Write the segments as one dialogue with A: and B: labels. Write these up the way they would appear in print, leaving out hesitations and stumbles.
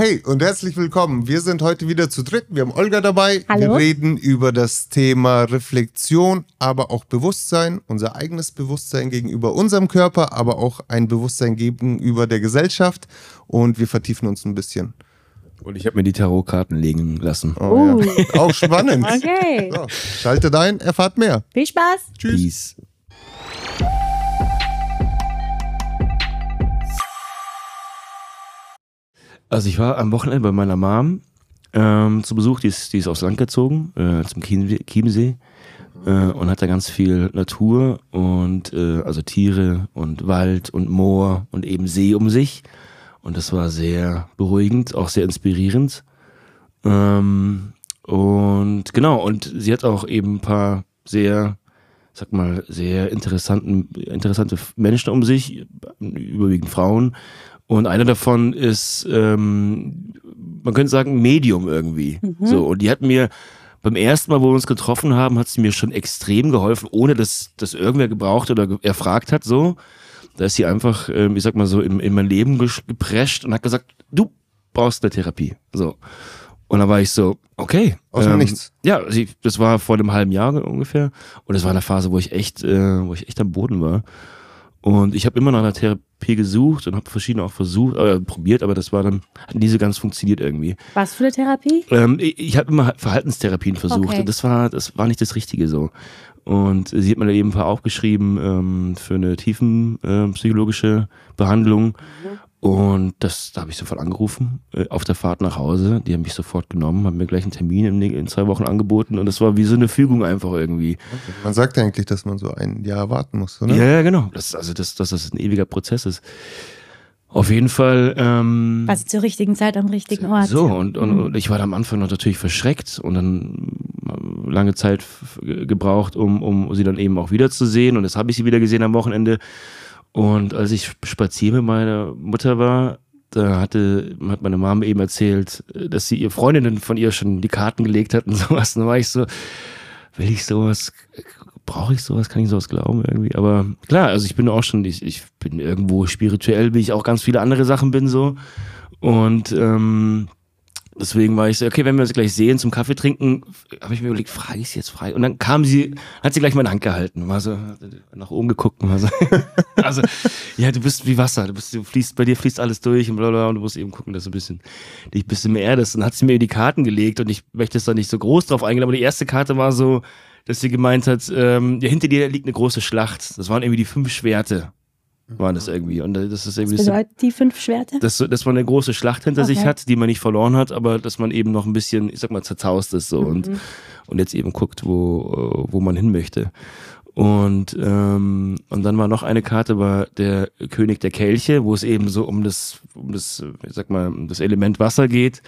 A: Hey und herzlich willkommen. Wir sind heute wieder zu dritt. Wir haben Olga dabei.
B: Hallo.
A: Wir reden über das Thema Reflexion, aber auch Bewusstsein, unser eigenes Bewusstsein gegenüber unserem Körper, aber auch ein Bewusstsein gegenüber der Gesellschaft. Und wir vertiefen uns ein bisschen.
C: Und ich habe mir die Tarotkarten legen lassen.
A: Oh, ja. Auch spannend.
B: Okay.
A: So, schaltet ein, erfahrt mehr.
B: Viel Spaß.
A: Tschüss.
C: Peace. Also ich war am Wochenende bei meiner Mom zu Besuch, die ist aufs Land gezogen, zum Chiemsee und hat da ganz viel Natur und also Tiere und Wald und Moor und eben See um sich. Und das war sehr beruhigend, auch sehr inspirierend. Und genau, und sie hat auch eben ein paar sehr interessante Menschen um sich, überwiegend Frauen. Und einer davon ist, man könnte sagen, Medium irgendwie. So, und die hat mir beim ersten Mal, wo wir uns getroffen haben, hat sie mir schon extrem geholfen, ohne dass das irgendwer gebraucht oder erfragt hat. So, da ist sie einfach, ich sag mal so, in mein Leben geprescht und hat gesagt, du brauchst eine Therapie. So. Und dann war ich so, okay.
A: Aus dem Nichts.
C: Ja, das war vor einem halben Jahr ungefähr. Und das war eine Phase, wo ich echt am Boden war. Und ich habe immer nach einer Therapie gesucht und habe verschiedene auch probiert, aber das war dann, hat nie so ganz funktioniert irgendwie.
B: Was für eine Therapie?
C: Ich habe immer Verhaltenstherapien versucht
B: Okay.
C: und das war nicht das Richtige so. Und sie hat mir dann eben ein paar aufgeschrieben für eine tiefenpsychologische Behandlung. Und da habe ich sofort angerufen, auf der Fahrt nach Hause. Die haben mich sofort genommen, haben mir gleich einen Termin in 2 Wochen angeboten. Und das war wie so eine Fügung einfach irgendwie.
A: Okay. Man sagt ja eigentlich, dass man so ein Jahr warten muss, oder?
C: Ja, genau. Dass das ein ewiger Prozess ist. Auf jeden Fall.
B: Was zur richtigen Zeit am richtigen Ort.
C: So, und ich war da am Anfang noch natürlich verschreckt und dann lange Zeit gebraucht, um sie dann eben auch wiederzusehen. Und jetzt habe ich sie wieder gesehen am Wochenende. Und als ich spazieren mit meiner Mutter war, da hat meine Mama eben erzählt, dass sie ihr Freundinnen von ihr schon die Karten gelegt hat und sowas. Und dann war ich so, will ich sowas, brauche ich sowas, kann ich sowas glauben irgendwie? Aber klar, also ich bin auch schon, ich bin irgendwo spirituell, wie ich auch ganz viele andere Sachen bin so. Und deswegen war ich so, okay, wenn wir uns gleich sehen zum Kaffee trinken, habe ich mir überlegt, frage ich sie jetzt frei? Und dann hat sie gleich meine Hand gehalten, war so nach oben geguckt und war so, also, ja, du bist wie Wasser, bei dir fließt alles durch und blablabla und du musst eben gucken, dass du dich ein bisschen mehr erdest. Und dann hat sie mir die Karten gelegt und ich möchte jetzt da nicht so groß drauf eingehen, aber die erste Karte war so, dass sie gemeint hat, ja, hinter dir liegt eine große Schlacht. Das waren irgendwie die 5 Schwerte. Waren das irgendwie. Und das ist irgendwie
B: Was bedeutet die 5 Schwerter?
C: dass man eine große Schlacht hinter sich hat, die man nicht verloren hat, aber dass man eben noch ein bisschen, ich sag mal, zerzaust ist so und jetzt eben guckt, wo man hin möchte. Und dann war noch eine Karte, war der König der Kelche, wo es eben so um das, ich sag mal, das Element Wasser geht.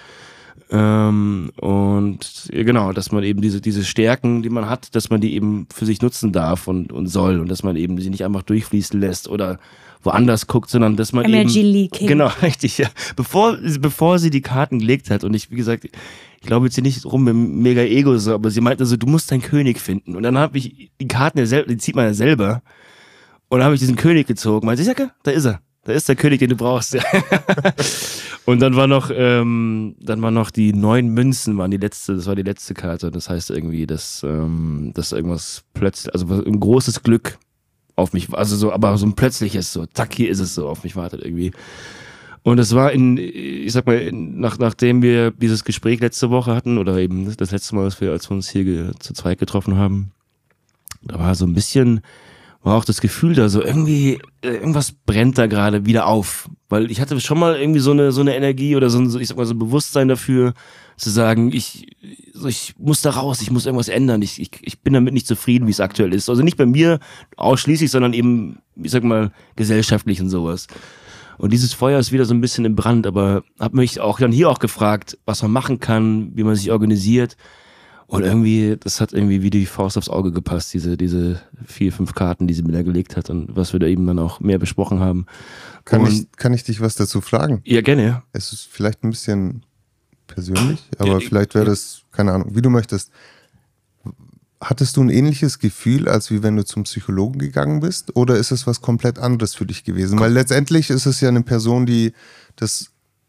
C: Und genau, dass man eben diese Stärken, die man hat, dass man die eben für sich nutzen darf und soll und dass man eben sie nicht einfach durchfließen lässt oder woanders guckt, sondern dass man
B: Energy
C: eben
B: Leaking.
C: Genau, richtig, ja. Bevor sie die Karten gelegt hat und ich, wie gesagt, ich glaube jetzt hier nicht rum mit dem mega Ego so, aber sie meinte so, du musst deinen König finden und dann habe ich die Karten ja selber, die zieht man ja selber und dann habe ich diesen König gezogen, meinte ich, Jacke, da ist er. Da ist der König, den du brauchst. Und dann war noch die 9 Münzen, das war die letzte Karte. Das heißt irgendwie, dass irgendwas plötzlich, also ein großes Glück auf mich, also so, aber so ein plötzliches, so, zack, hier ist es so, auf mich wartet irgendwie. Und es war ich sag mal, nachdem wir dieses Gespräch letzte Woche hatten, oder eben das letzte Mal, als wir uns hier zu zweit getroffen haben, da war so ein bisschen, war auch das Gefühl da so, irgendwie, irgendwas brennt da gerade wieder auf. Weil ich hatte schon mal irgendwie so eine Energie oder ich sag mal, so ein Bewusstsein dafür, zu sagen, ich muss da raus, ich muss irgendwas ändern, ich bin damit nicht zufrieden, wie es aktuell ist. Also nicht bei mir ausschließlich, sondern eben, ich sag mal, gesellschaftlich und sowas. Und dieses Feuer ist wieder so ein bisschen im Brand, aber habe mich auch dann hier auch gefragt, was man machen kann, wie man sich organisiert. Und irgendwie, das hat irgendwie wie die Faust aufs Auge gepasst, diese 4, 5 Karten, die sie mir da gelegt hat und was wir da eben dann auch mehr besprochen haben.
A: Kann ich dich was dazu fragen?
C: Ja, gerne, ja.
A: Es ist vielleicht ein bisschen persönlich, aber vielleicht wäre das, keine Ahnung, wie du möchtest. Hattest du ein ähnliches Gefühl, als wie wenn du zum Psychologen gegangen bist? Oder ist es was komplett anderes für dich gewesen? Weil letztendlich ist es ja eine Person, die das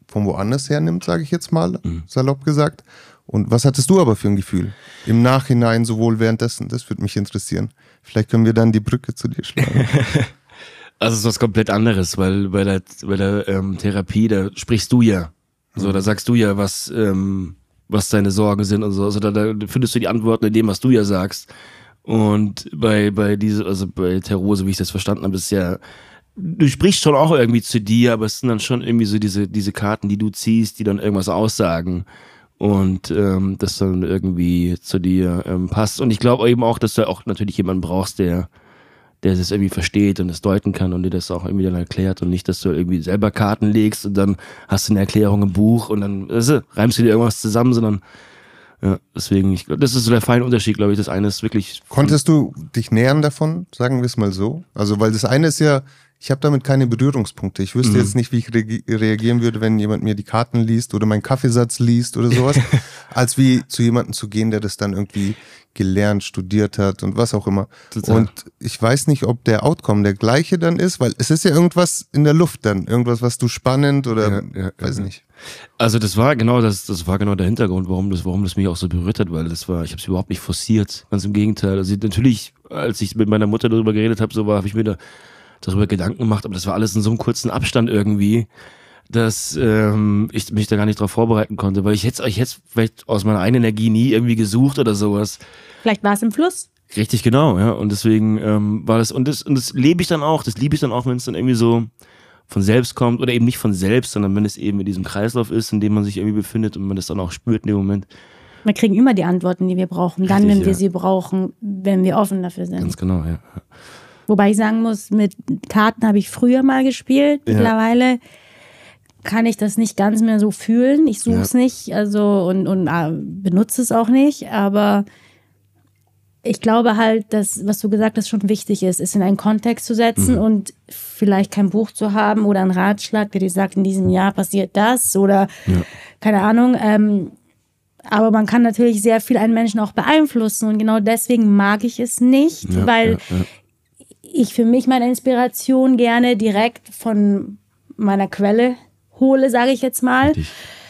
A: von woanders hernimmt, sage ich jetzt mal, salopp gesagt. Und was hattest du aber für ein Gefühl? Im Nachhinein, sowohl währenddessen, das würde mich interessieren. Vielleicht können wir dann die Brücke zu dir schlagen.
C: Also es ist was komplett anderes, weil bei der Therapie, da sprichst du ja. So, da sagst du ja, was deine Sorgen sind und so. Also da findest du die Antworten in dem, was du ja sagst. Und bei Tarot, so wie ich das verstanden habe, ist ja, du sprichst schon auch irgendwie zu dir, aber es sind dann schon irgendwie so diese Karten, die du ziehst, die dann irgendwas aussagen. Und das dann irgendwie zu dir passt. Und ich glaube eben auch, dass du auch natürlich jemanden brauchst, der das irgendwie versteht und es deuten kann und dir das auch irgendwie dann erklärt und nicht, dass du irgendwie selber Karten legst und dann hast du eine Erklärung im Buch und dann reimst du dir irgendwas zusammen, sondern ja, deswegen, ich glaube, das ist so der feine Unterschied, glaube ich. Das eine ist wirklich...
A: Konntest du dich nähern davon, sagen wir es mal so? Also, weil das eine ist ja, ich habe damit keine Berührungspunkte. Ich wüsste jetzt nicht, wie ich reagieren würde, wenn jemand mir die Karten liest oder meinen Kaffeesatz liest oder sowas, als wie zu jemandem zu gehen, der das dann irgendwie gelernt, studiert hat und was auch immer. Total. Und ich weiß nicht, ob der Outcome der gleiche dann ist, weil es ist ja irgendwas in der Luft dann, irgendwas, was du spannend oder weiß nicht.
C: Also das war genau der Hintergrund, warum das mich auch so berührt hat, weil ich habe es überhaupt nicht forciert, ganz im Gegenteil. Also natürlich, als ich mit meiner Mutter darüber geredet habe, habe ich mir darüber Gedanken gemacht, aber das war alles in so einem kurzen Abstand irgendwie, dass ich mich da gar nicht drauf vorbereiten konnte, weil ich hätte vielleicht aus meiner eigenen Energie nie irgendwie gesucht oder sowas.
B: Vielleicht war es im Fluss.
C: Richtig, genau, ja. Und deswegen war das lebe ich dann auch, das liebe ich dann auch, wenn es dann irgendwie so von selbst kommt oder eben nicht von selbst, sondern wenn es eben in diesem Kreislauf ist, in dem man sich irgendwie befindet und man das dann auch spürt in dem Moment.
B: Wir kriegen immer die Antworten, die wir brauchen, dann, wenn wir sie brauchen, wenn wir offen dafür sind.
C: Ganz genau, ja.
B: Wobei ich sagen muss, mit Karten habe ich früher mal gespielt. Ja. Mittlerweile kann ich das nicht ganz mehr so fühlen. Ich suche es nicht, also und benutze es auch nicht. Aber ich glaube halt, dass, was du gesagt hast, schon wichtig ist in einen Kontext zu setzen und vielleicht kein Buch zu haben oder einen Ratschlag, der dir sagt, in diesem Jahr passiert das oder keine Ahnung. Aber man kann natürlich sehr viel einen Menschen auch beeinflussen und genau deswegen mag ich es nicht, weil ich für mich meine Inspiration gerne direkt von meiner Quelle hole, sage ich jetzt mal. Richtig.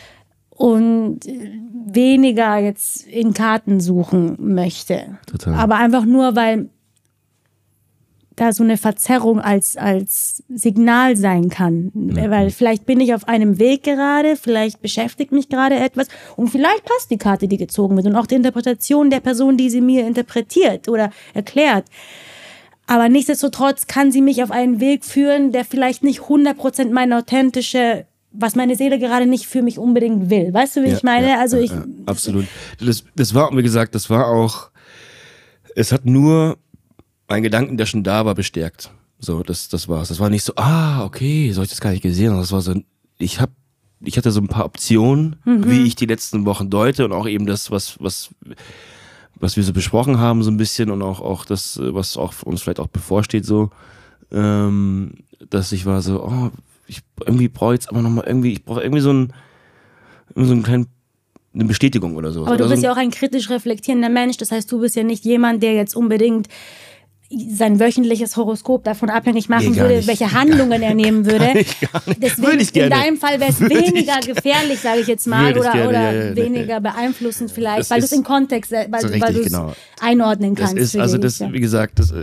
B: Und weniger jetzt in Karten suchen möchte. Total. Aber einfach nur, weil da so eine Verzerrung als Signal sein kann. Weil vielleicht bin ich auf einem Weg gerade, vielleicht beschäftigt mich gerade etwas und vielleicht passt die Karte, die gezogen wird und auch die Interpretation der Person, die sie mir interpretiert oder erklärt. Aber nichtsdestotrotz kann sie mich auf einen Weg führen, der vielleicht nicht 100% meine authentische, was meine Seele gerade nicht für mich unbedingt will. Weißt du, wie ich meine? Also
C: absolut. Das war, wie gesagt, es hat nur einen Gedanken, der schon da war, bestärkt. So, das war's. Das war nicht so, okay, so hab ich das gar nicht gesehen. Das war so, ich hatte so ein paar Optionen, wie ich die letzten Wochen deute und auch eben das, was wir so besprochen haben, so ein bisschen und auch das, was auch für uns vielleicht auch bevorsteht, so, dass ich war so, irgendwie brauche ich jetzt aber nochmal ich brauche irgendwie so einen kleinen, eine Bestätigung oder so.
B: Aber du bist ja auch ein kritisch reflektierender Mensch, das heißt, du bist ja nicht jemand, der jetzt unbedingt sein wöchentliches Horoskop davon abhängig machen würde, welche Handlungen er nehmen würde. Deswegen in deinem Fall wäre es weniger gefährlich, sage ich jetzt mal, oder weniger beeinflussend vielleicht, weil du es in Kontext, weil du es einordnen kannst.
C: Wie gesagt, das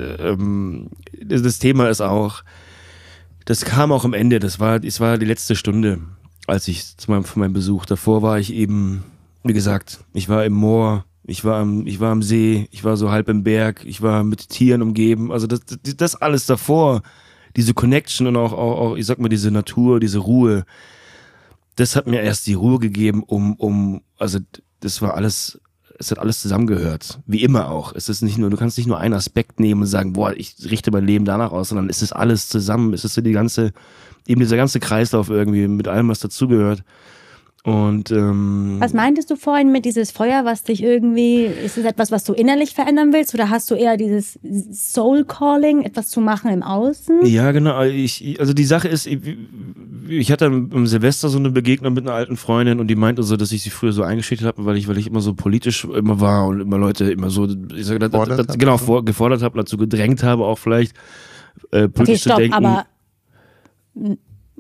C: Thema ist auch, das kam auch am Ende, es war die letzte Stunde, als ich von meinem Besuch, davor war ich eben, wie gesagt, ich war im Moor, ich war am See, ich war so halb im Berg, ich war mit Tieren umgeben, also das alles davor, diese Connection und auch, ich sag mal, diese Natur, diese Ruhe, das hat mir erst die Ruhe gegeben, also das war alles, es hat alles zusammengehört, wie immer auch. Es ist nicht nur, du kannst nicht nur einen Aspekt nehmen und sagen, boah, ich richte mein Leben danach aus, sondern es ist alles zusammen, es ist so dieser ganze Kreislauf irgendwie mit allem, was dazugehört. Und
B: was meintest du vorhin mit dieses Feuer, was dich irgendwie, ist es etwas, was du innerlich verändern willst oder hast du eher dieses Soul Calling, etwas zu machen im Außen?
C: Ja, genau. Also die Sache ist, ich hatte am Silvester so eine Begegnung mit einer alten Freundin und die meinte so, dass ich sie früher so eingeschüchtert habe, weil ich immer so politisch immer war und immer Leute immer so, gefordert habe, dazu gedrängt habe auch vielleicht politisch zu denken.
B: Aber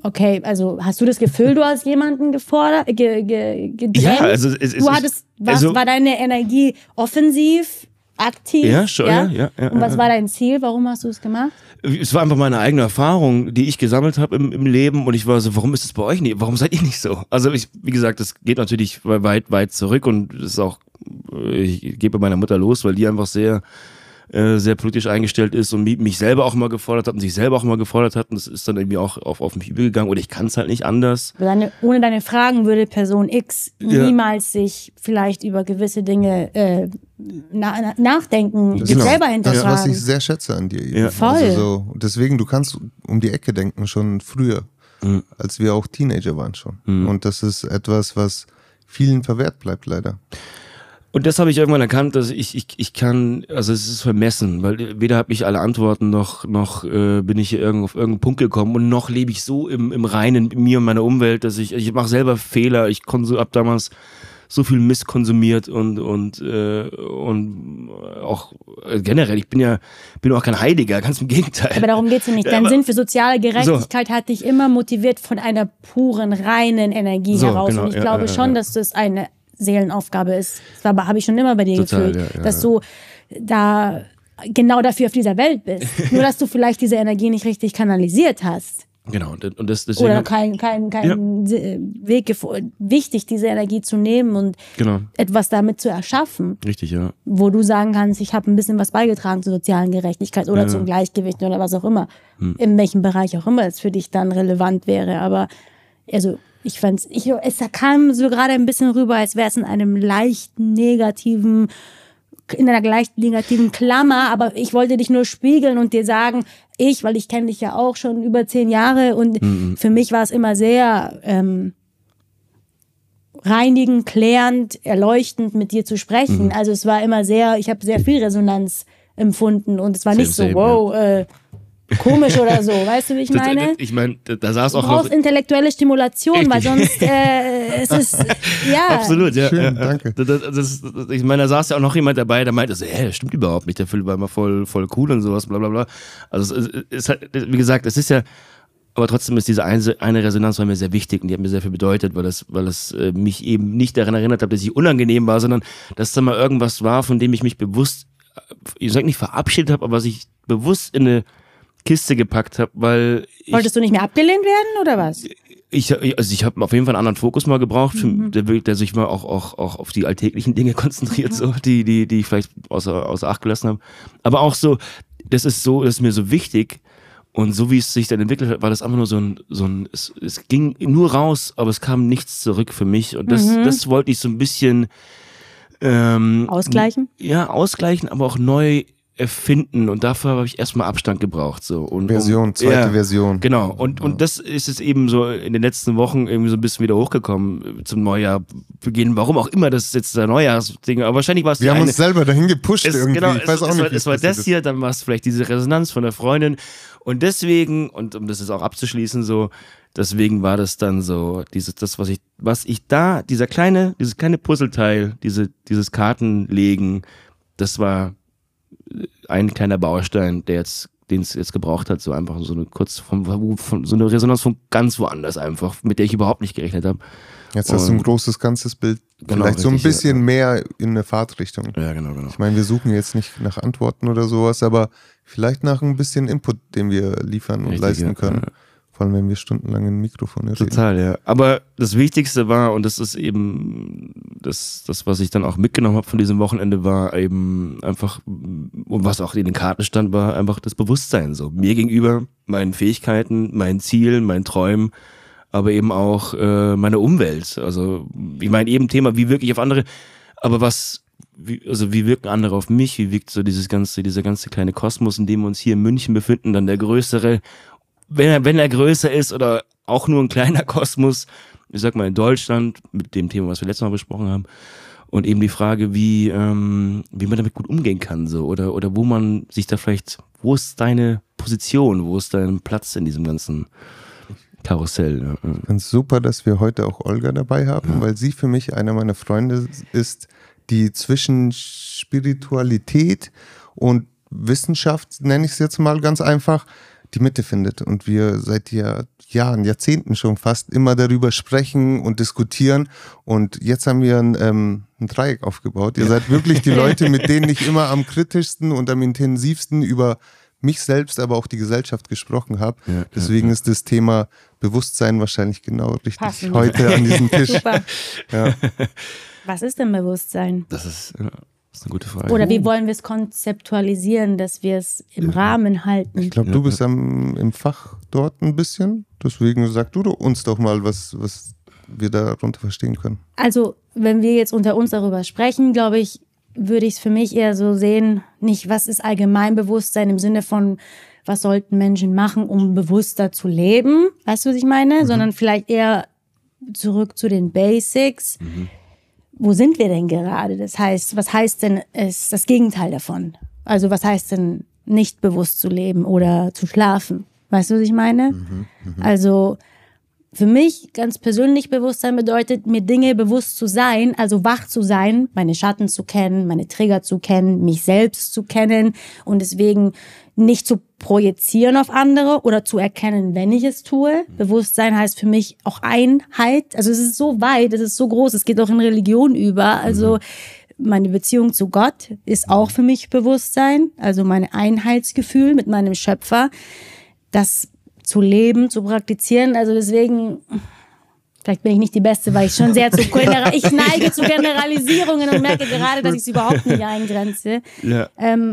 B: Okay, also hast du das Gefühl, du hast jemanden gedrängt?
C: Ja, also
B: war deine Energie offensiv, aktiv?
C: Ja, schon, ja.
B: Und was war dein Ziel? Warum hast du es gemacht?
C: Es war einfach meine eigene Erfahrung, die ich gesammelt habe im Leben und ich war so, warum ist es bei euch nicht? Warum seid ihr nicht so? Also wie gesagt, das geht natürlich weit zurück und das ist auch, ich gehe bei meiner Mutter los, weil die einfach sehr politisch eingestellt ist und mich selber auch mal gefordert hat und sich selber auch mal gefordert hat und das ist dann irgendwie auch auf mich übergegangen oder ich kann es halt nicht anders.
B: Ohne deine Fragen würde Person X niemals sich vielleicht über gewisse Dinge nachdenken, sich selber hinterfragen.
A: Das, was ich sehr schätze an dir.
B: Ja. Voll.
A: Also deswegen, du kannst um die Ecke denken, schon früher, als wir auch Teenager waren schon. Und das ist etwas, was vielen verwehrt bleibt, leider.
C: Und das habe ich irgendwann erkannt, dass ich kann, also es ist vermessen, weil weder habe ich alle Antworten noch bin ich hier auf irgendeinen Punkt gekommen und noch lebe ich so im Reinen in mir und meiner Umwelt, dass ich mache selber Fehler, ich habe damals so viel Mist konsumiert und auch generell, ich bin auch kein Heiliger, ganz im Gegenteil.
B: Aber darum geht's ja nicht. Dein Sinn für soziale Gerechtigkeit hat dich immer motiviert von einer puren, reinen Energie heraus. Genau, und ich glaube schon, dass das eine Seelenaufgabe ist. Das habe ich schon immer bei dir gefühlt, dass du da genau dafür auf dieser Welt bist. Nur, dass du vielleicht diese Energie nicht richtig kanalisiert hast.
C: Genau. Und deswegen
B: oder kein Weg gefunden. Wichtig, diese Energie zu nehmen und etwas damit zu erschaffen.
C: Richtig, ja.
B: Wo du sagen kannst, ich habe ein bisschen was beigetragen zur sozialen Gerechtigkeit oder zum Gleichgewicht oder was auch immer. In welchem Bereich auch immer es für dich dann relevant wäre. Aber also es kam so gerade ein bisschen rüber, als wäre es in einer leicht negativen Klammer, aber ich wollte dich nur spiegeln und dir sagen, weil ich kenne dich ja auch schon über 10 Jahre und für mich war es immer sehr reinigend, klärend, erleuchtend mit dir zu sprechen. Also es war immer ich habe sehr viel Resonanz empfunden und es war nicht so, wow, komisch oder so, weißt du, wie ich meine?
C: Ich meine, da saß auch
B: noch... Du brauchst intellektuelle Stimulation, richtig. Weil sonst es ist,
C: Absolut, ja.
A: Schön, danke.
C: Ich meine, da saß ja auch noch jemand dabei, der meinte, das stimmt überhaupt nicht, der Film war immer voll cool und sowas, bla bla bla. Also es ist halt, wie gesagt, es ist ja, aber trotzdem ist diese eine Resonanz war mir sehr wichtig und die hat mir sehr viel bedeutet, weil es mich eben nicht daran erinnert hat, dass ich unangenehm war, sondern dass da mal irgendwas war, von dem ich mich bewusst, ich sag nicht verabschiedet habe, aber was ich bewusst in eine Kiste gepackt habe, weil
B: wolltest du nicht mehr abgelehnt werden oder was?
C: Ich habe auf jeden Fall einen anderen Fokus mal gebraucht, der sich mal auch auf die alltäglichen Dinge konzentriert, so die ich vielleicht außer Acht gelassen habe. Aber auch so, das ist mir so wichtig und so wie es sich dann entwickelt hat, war das einfach nur es ging nur raus, aber es kam nichts zurück für mich und das wollte ich so ein bisschen
B: ausgleichen?
C: Ja, ausgleichen, aber auch neu erfinden und dafür habe ich erstmal Abstand gebraucht. So.
A: Zweite Version.
C: Genau, und das ist es eben so in den letzten Wochen irgendwie so ein bisschen wieder hochgekommen zum Neujahr Beginn. Warum auch immer, das ist jetzt der Neujahrsding, aber wahrscheinlich war es
A: wir haben uns selber dahin gepusht irgendwie.
C: Genau,
A: ich weiß auch nicht,
C: es war das hier, dann war es vielleicht diese Resonanz von der Freundin und deswegen, und um das jetzt auch abzuschließen, so, deswegen war das dann so, dieses kleine Puzzleteil, dieses Kartenlegen, das war ein kleiner Baustein, den es jetzt gebraucht hat, so einfach so eine so eine Resonanz von ganz woanders einfach, mit der ich überhaupt nicht gerechnet habe.
A: Jetzt hast du ein großes ganzes Bild, genau, vielleicht so ein bisschen mehr in eine Fahrtrichtung.
C: Ja, genau.
A: Ich meine, wir suchen jetzt nicht nach Antworten oder sowas, aber vielleicht nach ein bisschen Input, den wir liefern und leisten können. Ja. Vor allem, wenn wir stundenlang in Mikrofone reden.
C: Total, ja. Aber das Wichtigste war, und das ist eben das was ich dann auch mitgenommen habe von diesem Wochenende, war eben einfach, und was auch in den Karten stand, war einfach das Bewusstsein so. Mir gegenüber, meinen Fähigkeiten, meinen Zielen, meinen Träumen, aber eben auch meine Umwelt. Also, ich meine, eben Thema, wie wirke ich auf andere, aber wie wirken andere auf mich, wie wirkt so dieser ganze kleine Kosmos, in dem wir uns hier in München befinden, dann der größere, wenn er größer ist oder auch nur ein kleiner Kosmos, ich sag mal in Deutschland, mit dem Thema, was wir letztes Mal besprochen haben, und eben die Frage, wie man damit gut umgehen kann, so, oder wo man sich da vielleicht, wo ist deine Position, wo ist dein Platz in diesem ganzen Karussell? Ja.
A: Ich finde es super, dass wir heute auch Olga dabei haben, weil sie für mich einer meiner Freunde ist, die zwischen Spiritualität und Wissenschaft, nenne ich es jetzt mal ganz einfach, die Mitte findet und wir seit Jahren, Jahrzehnten schon fast immer darüber sprechen und diskutieren und jetzt haben wir ein Dreieck aufgebaut. Ihr seid wirklich die Leute, mit denen ich immer am kritischsten und am intensivsten über mich selbst, aber auch die Gesellschaft gesprochen habe. Ja, deswegen ist das Thema Bewusstsein wahrscheinlich genau richtig passend heute an diesem Tisch.
B: Super. Ja. Was ist denn Bewusstsein?
C: Das ist eine gute Frage.
B: Oder wie wollen wir es konzeptualisieren, dass wir es im Rahmen halten?
A: Ich glaube, du bist im Fach dort ein bisschen. Deswegen sag du uns doch mal, was wir darunter verstehen können.
B: Also, wenn wir jetzt unter uns darüber sprechen, glaube ich, würde ich es für mich eher so sehen, nicht was ist Allgemeinbewusstsein im Sinne von, was sollten Menschen machen, um bewusster zu leben, weißt du, was ich meine? Sondern vielleicht eher zurück zu den Basics. Wo sind wir denn gerade? Das heißt, was heißt denn ist das Gegenteil davon? Also was heißt denn nicht bewusst zu leben oder zu schlafen? Weißt du, was ich meine? Also für mich ganz persönlich Bewusstsein bedeutet, mir Dinge bewusst zu sein, also wach zu sein, meine Schatten zu kennen, meine Trigger zu kennen, mich selbst zu kennen und deswegen nicht zu projizieren auf andere oder zu erkennen, wenn ich es tue. Bewusstsein heißt für mich auch Einheit. Also es ist so weit, es ist so groß, es geht auch in Religion über. Also meine Beziehung zu Gott ist auch für mich Bewusstsein, also mein Einheitsgefühl mit meinem Schöpfer. Das zu leben, zu praktizieren. Also deswegen, vielleicht bin ich nicht die Beste, weil ich schon sehr ich neige zu Generalisierungen und merke gerade, dass ich es überhaupt nicht eingrenze.
A: Ja.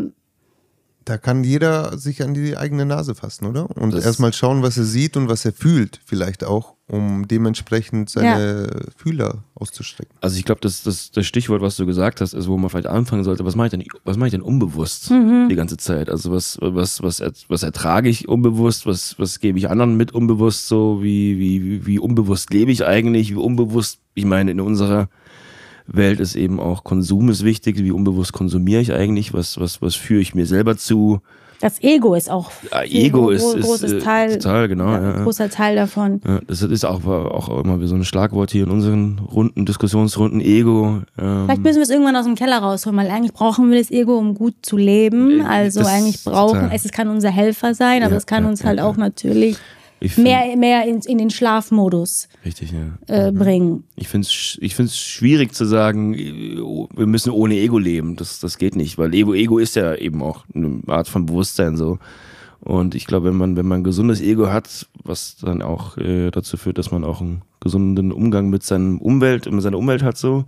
A: Da kann jeder sich an die eigene Nase fassen, oder? Und erstmal schauen, was er sieht und was er fühlt, vielleicht auch, um dementsprechend seine Fühler auszustrecken.
C: Also ich glaube, das Stichwort, was du gesagt hast, ist, wo man vielleicht anfangen sollte, was mache ich denn unbewusst die ganze Zeit? Also was ertrage ich unbewusst, was gebe ich anderen mit unbewusst, so wie unbewusst lebe ich eigentlich, wie unbewusst, ich meine, in unserer Welt ist eben auch Konsum ist wichtig, wie unbewusst konsumiere ich eigentlich, was führe ich mir selber zu.
B: Das Ego ist auch
C: Ego ist
B: großes Teil,
C: total, genau,
B: ein großer Teil davon.
C: Ja, das ist auch immer so ein Schlagwort hier in unseren Diskussionsrunden, Ego.
B: Vielleicht müssen wir es irgendwann aus dem Keller rausholen, weil eigentlich brauchen wir das Ego, um gut zu leben. Also eigentlich es kann unser Helfer sein, aber es kann uns halt auch natürlich mehr in den Schlafmodus bringen.
C: Ich finde es schwierig zu sagen, wir müssen ohne Ego leben. Das geht nicht, weil Ego ist ja eben auch eine Art von Bewusstsein so. Und ich glaube, wenn man ein gesundes Ego hat, was dann auch dazu führt, dass man auch einen gesunden Umgang mit seiner Umwelt hat so,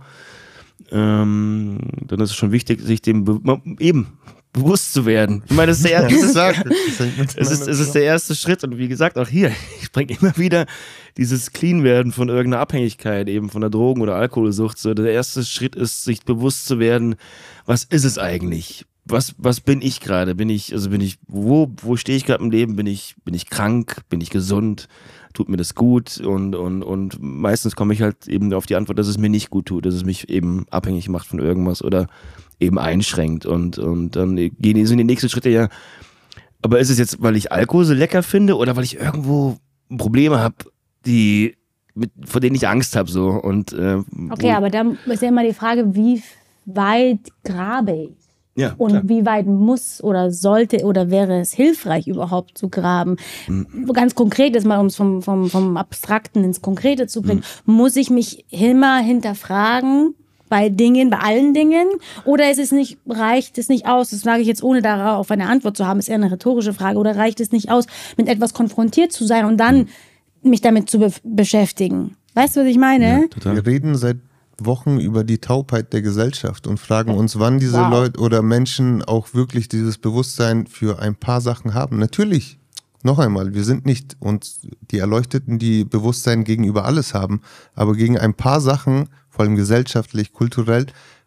C: dann ist es schon wichtig, sich dem bewusst zu werden. Ich meine, das ist der erste Schritt. Und wie gesagt, auch hier, ich bringe immer wieder dieses Clean-Werden von irgendeiner Abhängigkeit, eben von der Drogen- oder Alkoholsucht. So, der erste Schritt ist, sich bewusst zu werden, was ist es eigentlich? Was bin ich gerade? Wo stehe ich gerade im Leben? Bin ich krank? Bin ich gesund? Tut mir das gut? Und meistens komme ich halt eben auf die Antwort, dass es mir nicht gut tut, dass es mich eben abhängig macht von irgendwas oder eben einschränkt. Und dann gehen so die nächsten Schritte ja. Aber ist es jetzt, weil ich Alkohol so lecker finde oder weil ich irgendwo Probleme habe, vor denen ich Angst habe? So.
B: Okay, aber dann ist ja immer die Frage, wie weit grabe ich?
C: Ja,
B: und klar. Wie weit muss oder sollte oder wäre es hilfreich überhaupt zu graben? Ganz konkret ist mal, um es vom Abstrakten ins Konkrete zu bringen, muss ich mich immer hinterfragen bei allen Dingen? Oder reicht es nicht aus, das sage ich jetzt ohne darauf eine Antwort zu haben, ist eher eine rhetorische Frage, oder reicht es nicht aus, mit etwas konfrontiert zu sein und dann mich damit zu beschäftigen? Weißt du, was ich meine?
A: Ja, total. Wir reden seit Wochen über die Taubheit der Gesellschaft und fragen uns, wann diese Leute oder Menschen auch wirklich dieses Bewusstsein für ein paar Sachen haben. Natürlich, noch einmal, wir sind nicht die Erleuchteten, die Bewusstsein gegenüber alles haben, aber gegen ein paar Sachen, vor allem gesellschaftlich, kulturell,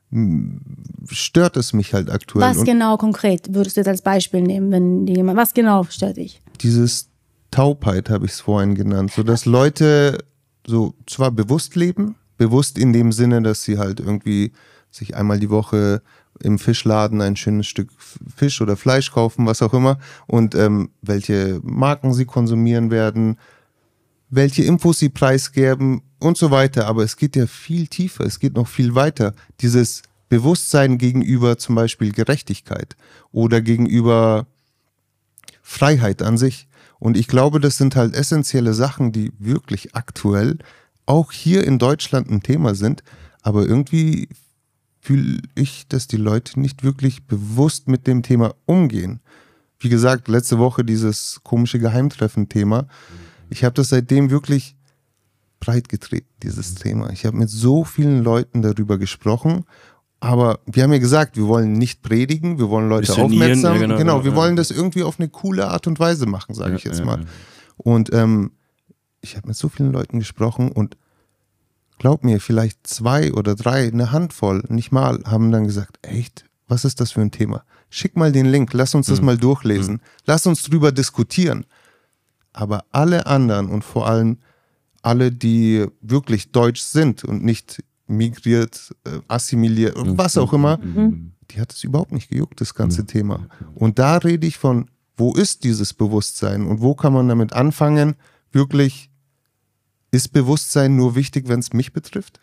A: stört es mich halt aktuell.
B: Was genau konkret würdest du jetzt als Beispiel nehmen, was genau stört dich?
A: Dieses Taubheit habe ich es vorhin genannt, so dass Leute so zwar bewusst leben, bewusst in dem Sinne, dass sie halt irgendwie sich einmal die Woche im Fischladen ein schönes Stück Fisch oder Fleisch kaufen, was auch immer, und welche Marken sie konsumieren werden, welche Infos sie preisgeben und so weiter. Aber es geht ja viel tiefer, es geht noch viel weiter. Dieses Bewusstsein gegenüber zum Beispiel Gerechtigkeit oder gegenüber Freiheit an sich. Und ich glaube, das sind halt essentielle Sachen, die wirklich aktuell auch hier in Deutschland ein Thema sind. Aber irgendwie fühle ich, dass die Leute nicht wirklich bewusst mit dem Thema umgehen. Wie gesagt, letzte Woche dieses komische Geheimtreffen-Thema. Ich habe das seitdem wirklich breit getreten, dieses Thema. Ich habe mit so vielen Leuten darüber gesprochen. Aber wir haben ja gesagt, wir wollen nicht predigen, wir wollen Leute aufmerksam. Ja, genau, wir wollen das irgendwie auf eine coole Art und Weise machen, sage ich jetzt mal. Ja. Und ich habe mit so vielen Leuten gesprochen und glaub mir, vielleicht 2 oder 3, eine Handvoll, nicht mal, haben dann gesagt, echt, was ist das für ein Thema? Schick mal den Link, lass uns das mal durchlesen, lass uns drüber diskutieren. Aber alle anderen und vor allem alle, die wirklich deutsch sind und nicht migriert, assimiliert, was auch immer, die hat es überhaupt nicht gejuckt, das ganze Thema. Und da rede ich von, wo ist dieses Bewusstsein und wo kann man damit anfangen, wirklich, ist Bewusstsein nur wichtig, wenn es mich betrifft?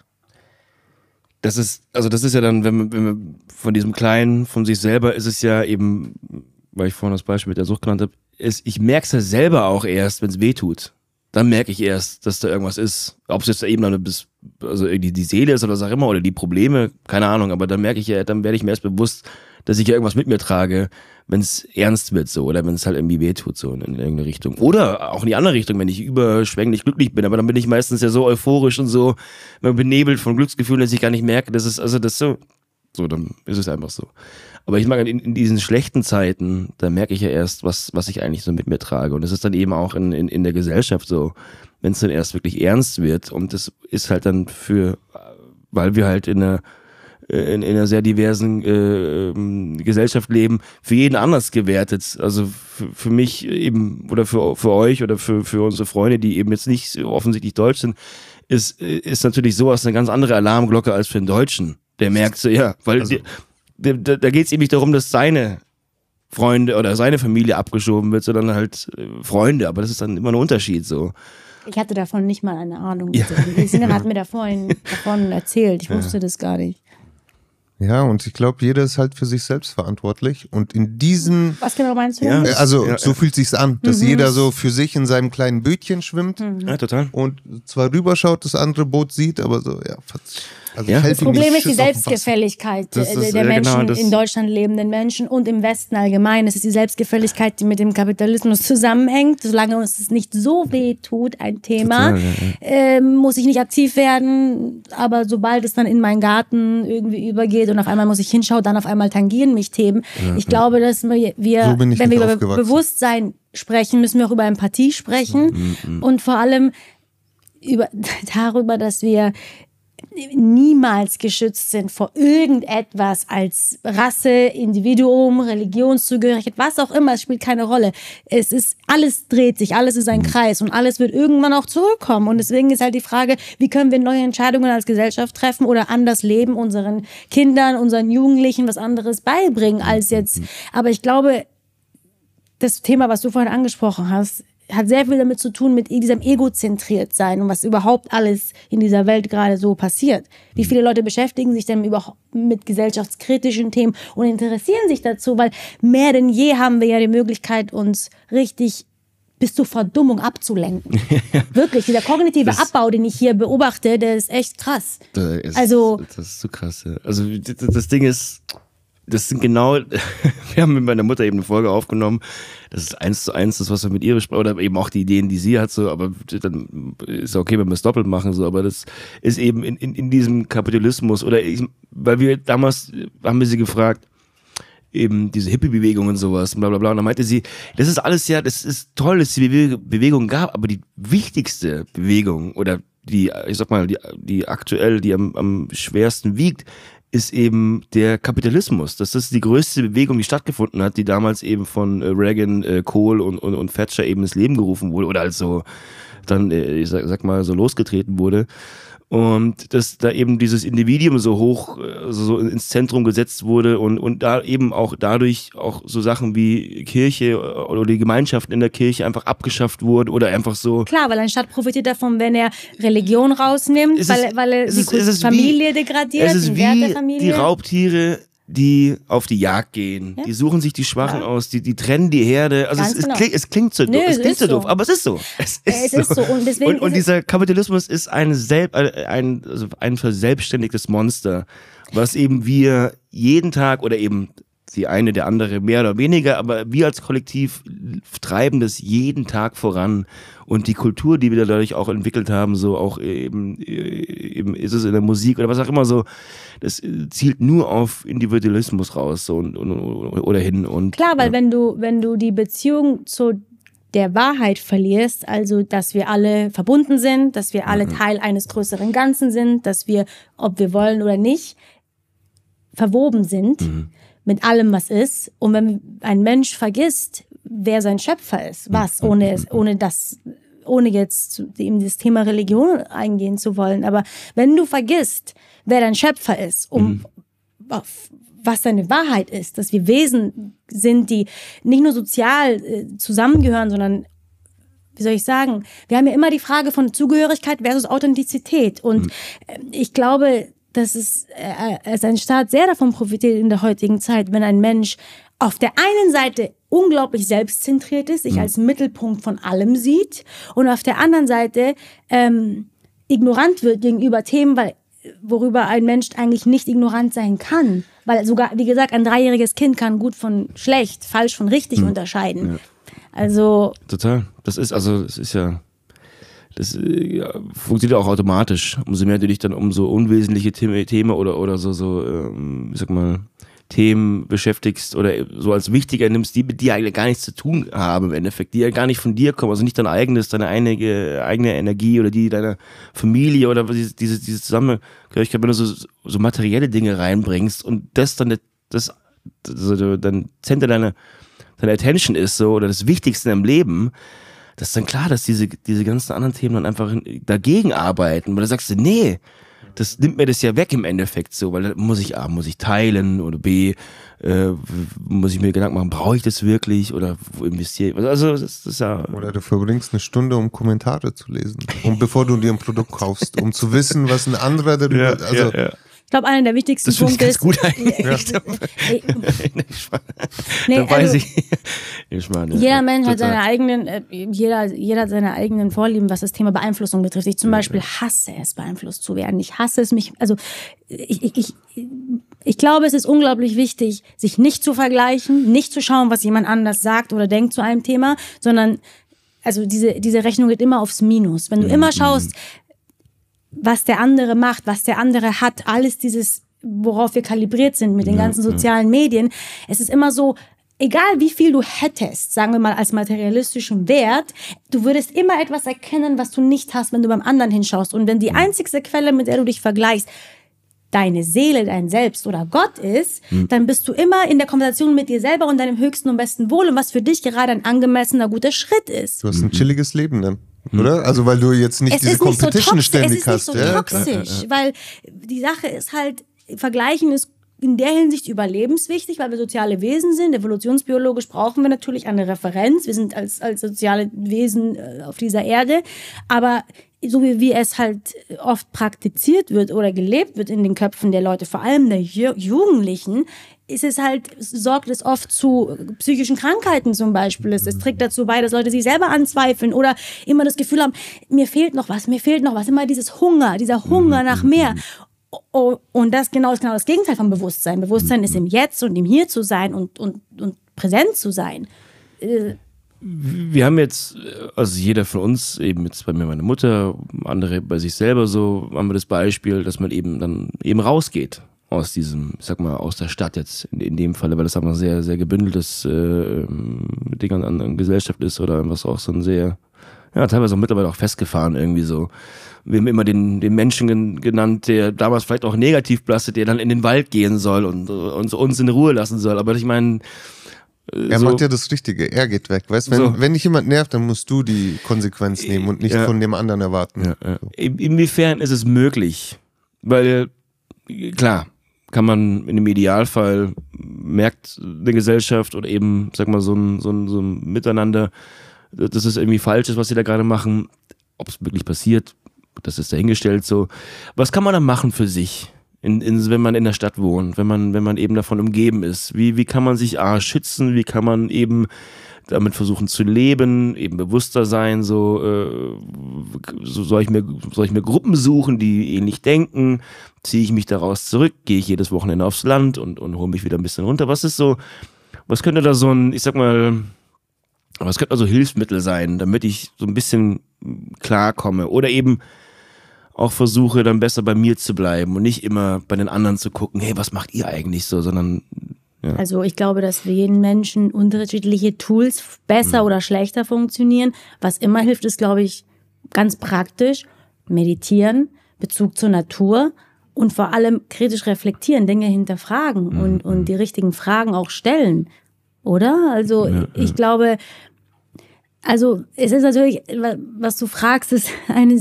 C: Das ist ja dann, wenn wir von diesem Kleinen, von sich selber, ist es ja eben, weil ich vorhin das Beispiel mit der Sucht genannt habe, ich merke es ja selber auch erst, wenn es weh tut. Dann merke ich erst, dass da irgendwas ist. Ob es jetzt eben dann also die Seele ist oder was auch immer, oder die Probleme, keine Ahnung, aber dann werde ich mir erst bewusst, dass ich ja irgendwas mit mir trage, wenn es ernst wird so, oder wenn es halt irgendwie weh tut, so in irgendeine Richtung. Oder auch in die andere Richtung, wenn ich überschwänglich glücklich bin, aber dann bin ich meistens ja so euphorisch und so benebelt von Glücksgefühlen, dass ich gar nicht merke, dass es, also das so, dann ist es einfach so. Aber ich mag in diesen schlechten Zeiten, da merke ich ja erst, was ich eigentlich so mit mir trage. Und das ist dann eben auch in der Gesellschaft so, wenn es dann erst wirklich ernst wird. Und das ist halt dann weil wir halt in einer sehr diversen Gesellschaft leben, für jeden anders gewertet. Also für mich eben oder für euch oder für unsere Freunde, die eben jetzt nicht offensichtlich deutsch sind, ist natürlich sowas eine ganz andere Alarmglocke als für den Deutschen. Der merkt so, ja, weil da geht es eben nicht darum, dass seine Freunde oder seine Familie abgeschoben wird, sondern halt Freunde. Aber das ist dann immer ein Unterschied so.
B: Ich hatte davon nicht mal eine Ahnung. Ja. Christina hat mir davon erzählt. Ich wusste das gar nicht.
A: Ja, und ich glaube, jeder ist halt für sich selbst verantwortlich. Und in diesem...
B: Was genau meinst du?
A: Ja, so fühlt sich's an, dass jeder so für sich in seinem kleinen Bötchen schwimmt.
C: Ja, total.
A: Und zwar rüberschaut, das andere Boot sieht, aber so, ja,
B: das Problem ist die Selbstgefälligkeit der Menschen, in Deutschland lebenden Menschen und im Westen allgemein. Es ist die Selbstgefälligkeit, die mit dem Kapitalismus zusammenhängt. Solange uns es nicht so weh tut, ein Thema, muss ich nicht aktiv werden. Aber sobald es dann in meinen Garten irgendwie übergeht und auf einmal muss ich hinschauen, dann auf einmal tangieren mich Themen. Ich glaube, dass wir wenn wir über Bewusstsein sprechen, müssen wir auch über Empathie sprechen. Und vor allem darüber, dass wir niemals geschützt sind vor irgendetwas als Rasse, Individuum, Religionszugehörigkeit, was auch immer, es spielt keine Rolle. Alles dreht sich, alles ist ein Kreis und alles wird irgendwann auch zurückkommen. Und deswegen ist halt die Frage, wie können wir neue Entscheidungen als Gesellschaft treffen oder anders leben, unseren Kindern, unseren Jugendlichen was anderes beibringen als jetzt. Aber ich glaube, das Thema, was du vorhin angesprochen hast, hat sehr viel damit zu tun, mit diesem Egozentriert-Sein und was überhaupt alles in dieser Welt gerade so passiert. Wie viele Leute beschäftigen sich denn überhaupt mit gesellschaftskritischen Themen und interessieren sich dazu, weil mehr denn je haben wir ja die Möglichkeit, uns richtig bis zur Verdummung abzulenken. Wirklich, dieser kognitive Abbau, den ich hier beobachte, der ist echt krass. Das
C: ist so krass, ja. Also das Ding ist, das sind genau, wir haben mit meiner Mutter eben eine Folge aufgenommen, das ist 1:1 das, was wir mit ihr besprechen, oder eben auch die Ideen, die sie hat, so, aber dann ist okay, wenn wir es doppelt machen, so, aber das ist eben in diesem Kapitalismus, weil wir damals, haben wir sie gefragt, eben diese Hippie-Bewegung und sowas, bla bla bla, und dann meinte sie, das ist alles ja, das ist toll, dass es die Bewegung gab, aber die wichtigste Bewegung, oder die, ich sag mal, die aktuell, die am schwersten wiegt, ist eben der Kapitalismus. Das ist die größte Bewegung, die stattgefunden hat, die damals eben von Reagan, Kohl und Thatcher eben ins Leben gerufen wurde oder also dann, ich sag mal, so losgetreten wurde. Und dass da eben dieses Individuum so hoch, so ins Zentrum gesetzt wurde und da eben auch dadurch auch so Sachen wie Kirche oder die Gemeinschaften in der Kirche einfach abgeschafft wurden oder einfach so.
B: Klar, weil ein Staat profitiert davon, wenn er Religion rausnimmt, weil er die Familie degradiert,
C: es ist wie die Raubtiere, die auf die Jagd gehen, die suchen sich die Schwachen aus, die trennen die Herde. Also es klingt so doof, doof, aber es ist so. Es ist so. Und dieser Kapitalismus ist ein verselbstständigtes Monster, was eben wir jeden Tag oder eben die eine, der andere mehr oder weniger, aber wir als Kollektiv treiben das jeden Tag voran. Und die Kultur, die wir dadurch auch entwickelt haben, so auch eben ist es in der Musik oder was auch immer so, das zielt nur auf Individualismus raus so oder hin. Und,
B: klar, weil wenn du die Beziehung zu der Wahrheit verlierst, also dass wir alle verbunden sind, dass wir alle Teil eines größeren Ganzen sind, dass wir, ob wir wollen oder nicht, verwoben sind mit allem, was ist. Und wenn ein Mensch vergisst, wer sein Schöpfer ist, ohne jetzt in das Thema Religion eingehen zu wollen, aber wenn du vergisst, wer dein Schöpfer ist, was deine Wahrheit ist, dass wir Wesen sind, die nicht nur sozial zusammengehören, sondern, wie soll ich sagen, wir haben ja immer die Frage von Zugehörigkeit versus Authentizität. Und ich glaube, dass ein Staat sehr davon profitiert in der heutigen Zeit, wenn ein Mensch auf der einen Seite unglaublich selbstzentriert ist, sich als Mittelpunkt von allem sieht und auf der anderen Seite ignorant wird gegenüber Themen, worüber ein Mensch eigentlich nicht ignorant sein kann. Weil sogar, wie gesagt, ein 3-jähriges Kind kann gut von schlecht, falsch von richtig unterscheiden. Ja. Also
C: total. Das funktioniert auch automatisch. Umso mehr du dich dann um so unwesentliche Themen oder ich sag mal, Themen beschäftigst oder so als wichtiger nimmst, die mit dir eigentlich gar nichts zu tun haben im Endeffekt, die ja gar nicht von dir kommen, also nicht deine eigene Energie oder die deiner Familie oder diese Zusammengehörigkeit, wenn du so materielle Dinge reinbringst und das dann dein Center deiner Attention ist so oder das Wichtigste im Leben, das ist dann klar, dass diese ganzen anderen Themen dann einfach dagegen arbeiten, weil da sagst du, nee, das nimmt mir das ja weg im Endeffekt so, weil muss ich teilen oder B, muss ich mir Gedanken machen, brauche ich das wirklich oder wo investiere ich? Also das ist ja...
A: Oder du verbringst eine Stunde, um Kommentare zu lesen und bevor du dir ein Produkt kaufst, um zu wissen, was ein anderer darüber...
B: Ich glaube, einer der wichtigsten Punkte ist...
C: Das finde ich ganz gut eigentlich.
B: Jeder Mensch hat seine eigenen, jeder hat seine eigenen Vorlieben, was das Thema Beeinflussung betrifft. Ich zum Beispiel hasse es, beeinflusst zu werden. Ich hasse es mich, also ich glaube, es ist unglaublich wichtig, sich nicht zu vergleichen, nicht zu schauen, was jemand anders sagt oder denkt zu einem Thema, sondern also diese Rechnung geht immer aufs Minus. Wenn du immer schaust, was der andere macht, was der andere hat, alles dieses, worauf wir kalibriert sind mit den ganzen sozialen Medien. Es ist immer so, egal wie viel du hättest, sagen wir mal als materialistischen Wert, du würdest immer etwas erkennen, was du nicht hast, wenn du beim anderen hinschaust. Und wenn die einzigste Quelle, mit der du dich vergleichst, deine Seele, dein Selbst oder Gott ist, dann bist du immer in der Konversation mit dir selber und deinem höchsten und besten Wohl und was für dich gerade ein angemessener, guter Schritt ist.
A: Du hast ein chilliges Leben dann. Oder? Also weil du jetzt nicht diese Competition ständig hast.
B: Es ist nicht so toxisch, weil die Sache ist halt, Vergleichen ist in der Hinsicht überlebenswichtig, weil wir soziale Wesen sind. Evolutionsbiologisch brauchen wir natürlich eine Referenz. Wir sind als soziale Wesen auf dieser Erde. Aber so wie es halt oft praktiziert wird oder gelebt wird in den Köpfen der Leute, vor allem der Jugendlichen, sorgt es oft zu psychischen Krankheiten zum Beispiel. Es trägt dazu bei, dass Leute sich selber anzweifeln oder immer das Gefühl haben, mir fehlt noch was. Immer dieser Hunger nach mehr. Und das ist genau das Gegenteil vom Bewusstsein. Bewusstsein ist im Jetzt und im Hier zu sein und präsent zu sein.
C: Wir haben jetzt, also jeder von uns, eben jetzt bei mir meine Mutter, andere bei sich selber so, haben wir das Beispiel, dass man eben dann rausgeht aus diesem, ich sag mal, aus der Stadt jetzt in dem Falle, weil das einfach ein sehr, sehr gebündeltes Ding an Gesellschaft ist oder was auch so ein sehr, ja, teilweise auch mittlerweile auch festgefahren irgendwie so. Wir haben immer den Menschen genannt, der damals vielleicht auch negativ belastet, der dann in den Wald gehen soll und uns in Ruhe lassen soll. Aber ich meine,
A: er macht ja das Richtige, er geht weg. Weißt, wenn dich jemand nervt, dann musst du die Konsequenz nehmen und nicht von dem anderen erwarten. Ja.
C: Inwiefern ist es möglich? Weil, klar, kann man in dem Idealfall, merkt eine Gesellschaft oder eben, sag mal, so ein Miteinander, dass es irgendwie falsch ist, was sie da gerade machen. Ob es wirklich passiert, das ist dahingestellt so. Was kann man da machen für sich? wenn man in der Stadt wohnt, wenn man eben davon umgeben ist. Wie kann man sich schützen, wie kann man eben damit versuchen zu leben, eben bewusster sein, so soll ich mir Gruppen suchen, die ähnlich denken, ziehe ich mich daraus zurück, gehe ich jedes Wochenende aufs Land und hole mich wieder ein bisschen runter. Was könnte da so ein, ich sag mal, was könnte also Hilfsmittel sein, damit ich so ein bisschen klarkomme oder eben auch versuche, dann besser bei mir zu bleiben und nicht immer bei den anderen zu gucken, hey, was macht ihr eigentlich so, sondern ja.
B: Also ich glaube, dass für jeden Menschen unterschiedliche Tools besser oder schlechter funktionieren. Was immer hilft, ist, glaube ich, ganz praktisch meditieren, Bezug zur Natur und vor allem kritisch reflektieren, Dinge hinterfragen und die richtigen Fragen auch stellen, oder? Also ich glaube, also es ist natürlich, was du fragst, ist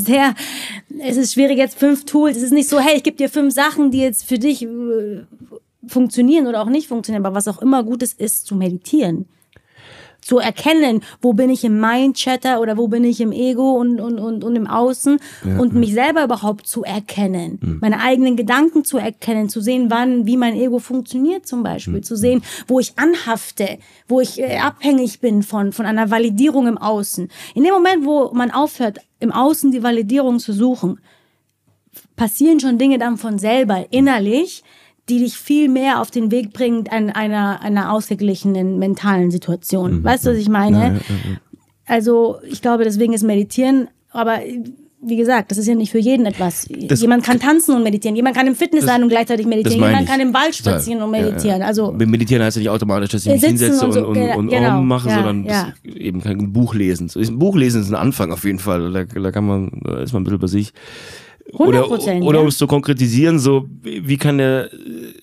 B: es ist schwierig jetzt 5 Tools, es ist nicht so, hey, ich gebe dir 5 Sachen, die jetzt für dich funktionieren oder auch nicht funktionieren, aber was auch immer gut ist zu meditieren. Zu erkennen, wo bin ich im Mind-Chatter oder wo bin ich im Ego und im Außen und mich selber überhaupt zu erkennen. Meine eigenen Gedanken zu erkennen, zu sehen, wie mein Ego funktioniert zum Beispiel, zu sehen, wo ich anhafte, wo ich abhängig bin von einer Validierung im Außen. In dem Moment, wo man aufhört, im Außen die Validierung zu suchen, passieren schon Dinge dann von selber innerlich, die dich viel mehr auf den Weg bringen an einer ausgeglichenen mentalen Situation. Weißt du, was ich meine? Ja. Also ich glaube, deswegen ist Meditieren, aber wie gesagt, das ist ja nicht für jeden etwas. Jemand kann tanzen und meditieren, jemand kann im Fitness sein und gleichzeitig meditieren, jemand kann im Wald spazieren und meditieren. Also
C: meditieren heißt ja nicht automatisch, dass ich mich hinsetze und mache, sondern eben ein Buch lesen. Ein Buch lesen ist ein Anfang auf jeden Fall. Da ist man ein bisschen bei sich. Oder um es zu konkretisieren, so wie kann der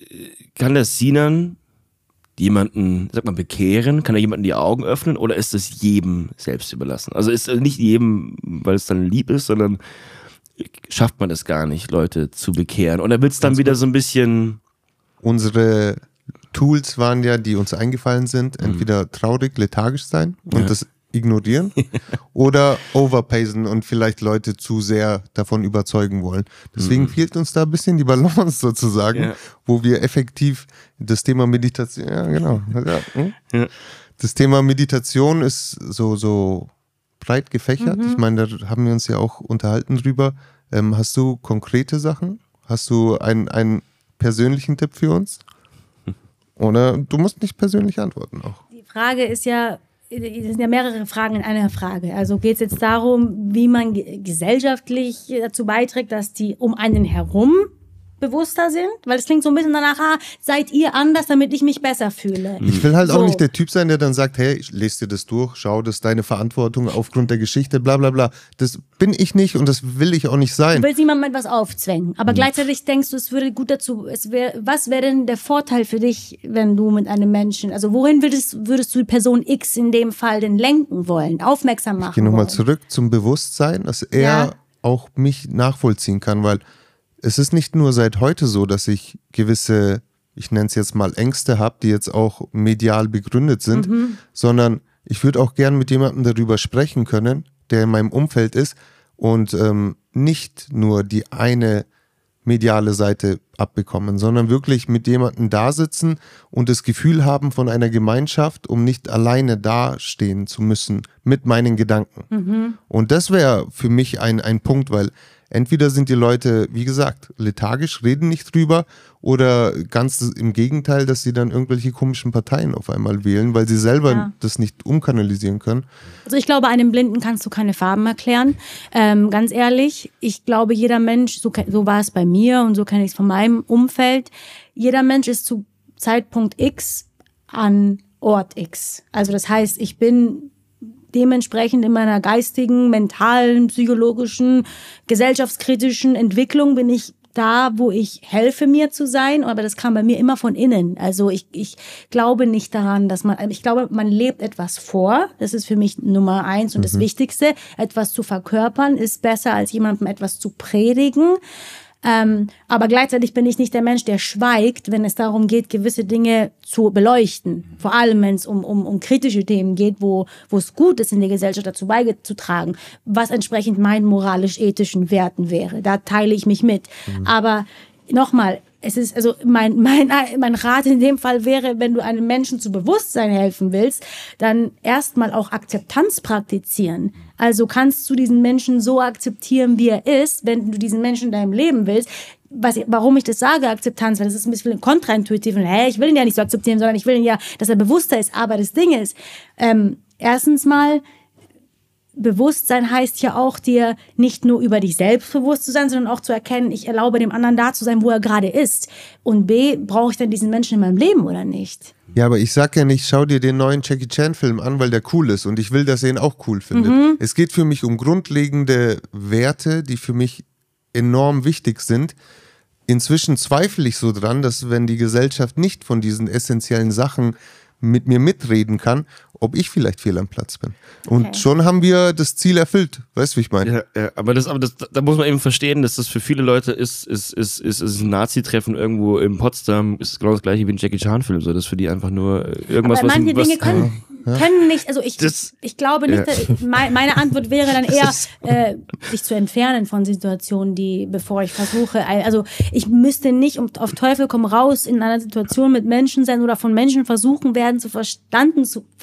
C: Sinan jemanden, sag mal, bekehren? Kann er jemanden die Augen öffnen oder ist das jedem selbst überlassen? Also ist es nicht jedem, weil es dann lieb ist, sondern schafft man es gar nicht, Leute zu bekehren? Oder wird es dann wieder so ein bisschen...
A: Unsere Tools waren ja, die uns eingefallen sind, entweder traurig, lethargisch sein und das ignorieren oder overpacen und vielleicht Leute zu sehr davon überzeugen wollen. Deswegen fehlt uns da ein bisschen die Balance sozusagen, wo wir effektiv das Thema Meditation, das Thema Meditation ist so breit gefächert. Ich meine, da haben wir uns ja auch unterhalten drüber. Hast du konkrete Sachen? Hast du einen persönlichen Tipp für uns? Oder du musst nicht persönlich antworten auch.
B: Die Frage ist ja, es sind ja mehrere Fragen in einer Frage. Also geht es jetzt darum, wie man gesellschaftlich dazu beiträgt, dass die um einen herum bewusster sind? Weil es klingt so ein bisschen danach, seid ihr anders, damit ich mich besser fühle.
A: Ich will halt auch nicht der Typ sein, der dann sagt, hey, lest dir das durch, schau, das ist deine Verantwortung aufgrund der Geschichte, bla bla bla. Das bin ich nicht und das will ich auch nicht sein.
B: Du willst niemandem etwas aufzwängen, aber gleichzeitig denkst du, es würde gut dazu, was wäre denn der Vorteil für dich, wenn du mit einem Menschen, also wohin würdest du Person X in dem Fall denn lenken wollen, aufmerksam machen?
A: Ich gehe nochmal zurück zum Bewusstsein, dass er auch mich nachvollziehen kann, weil es ist nicht nur seit heute so, dass ich gewisse, ich nenne es jetzt mal Ängste habe, die jetzt auch medial begründet sind, sondern ich würde auch gern mit jemandem darüber sprechen können, der in meinem Umfeld ist und nicht nur die eine mediale Seite abbekommen, sondern wirklich mit jemandem da sitzen und das Gefühl haben von einer Gemeinschaft, um nicht alleine dastehen zu müssen mit meinen Gedanken. Und das wäre für mich ein Punkt, weil entweder sind die Leute, wie gesagt, lethargisch, reden nicht drüber oder ganz im Gegenteil, dass sie dann irgendwelche komischen Parteien auf einmal wählen, weil sie selber das nicht umkanalisieren können.
B: Also ich glaube, einem Blinden kannst du keine Farben erklären. Ganz ehrlich, ich glaube, jeder Mensch, so war es bei mir und so kenne ich es von meinem Umfeld, jeder Mensch ist zu Zeitpunkt X an Ort X. Also das heißt, ich bin dementsprechend in meiner geistigen, mentalen, psychologischen, gesellschaftskritischen Entwicklung bin ich da, wo ich helfe, mir zu sein, aber das kam bei mir immer von innen. Also ich glaube nicht daran, ich glaube, man lebt etwas vor. Das ist für mich Nummer 1 und das Wichtigste. Etwas zu verkörpern ist besser, als jemandem etwas zu predigen. Aber gleichzeitig bin ich nicht der Mensch, der schweigt, wenn es darum geht, gewisse Dinge zu beleuchten. Vor allem, wenn es um kritische Themen geht, wo es gut ist, in der Gesellschaft dazu beizutragen, was entsprechend meinen moralisch-ethischen Werten wäre. Da teile ich mich mit. Aber nochmal, es ist, also mein Rat in dem Fall wäre, wenn du einem Menschen zu Bewusstsein helfen willst, dann erstmal auch Akzeptanz praktizieren. Also kannst du diesen Menschen so akzeptieren, wie er ist, wenn du diesen Menschen in deinem Leben willst. Warum ich das sage, Akzeptanz, weil das ist ein bisschen kontraintuitiv. Und, ich will ihn ja nicht so akzeptieren, sondern ich will ihn ja, dass er bewusster ist. Aber das Ding ist, erstens mal, Bewusstsein heißt ja auch, dir nicht nur über dich selbst bewusst zu sein, sondern auch zu erkennen, ich erlaube dem anderen da zu sein, wo er gerade ist. Und B, brauche ich denn diesen Menschen in meinem Leben oder nicht?
A: Ja, aber ich sag ja nicht, schau dir den neuen Jackie Chan Film an, weil der cool ist und ich will, dass ihr ihn auch cool findet. Es geht für mich um grundlegende Werte, die für mich enorm wichtig sind. Inzwischen zweifle ich so dran, dass wenn die Gesellschaft nicht von diesen essentiellen Sachen mit mir mitreden kann, ob ich vielleicht fehl am Platz bin. Und schon haben wir das Ziel erfüllt. Weißt du, wie ich meine?
C: Ja, aber da muss man eben verstehen, dass das für viele Leute ist ein Nazi-Treffen irgendwo in Potsdam, ist genau das gleiche wie ein Jackie Chan-Film. So, das ist für die einfach nur irgendwas,
B: aber manche Dinge können nicht, also ich glaube nicht, meine Antwort wäre dann eher, sich zu entfernen von Situationen, bevor ich versuche, also ich müsste nicht auf Teufel komm raus in einer Situation mit Menschen sein oder von Menschen versuchen werden verstanden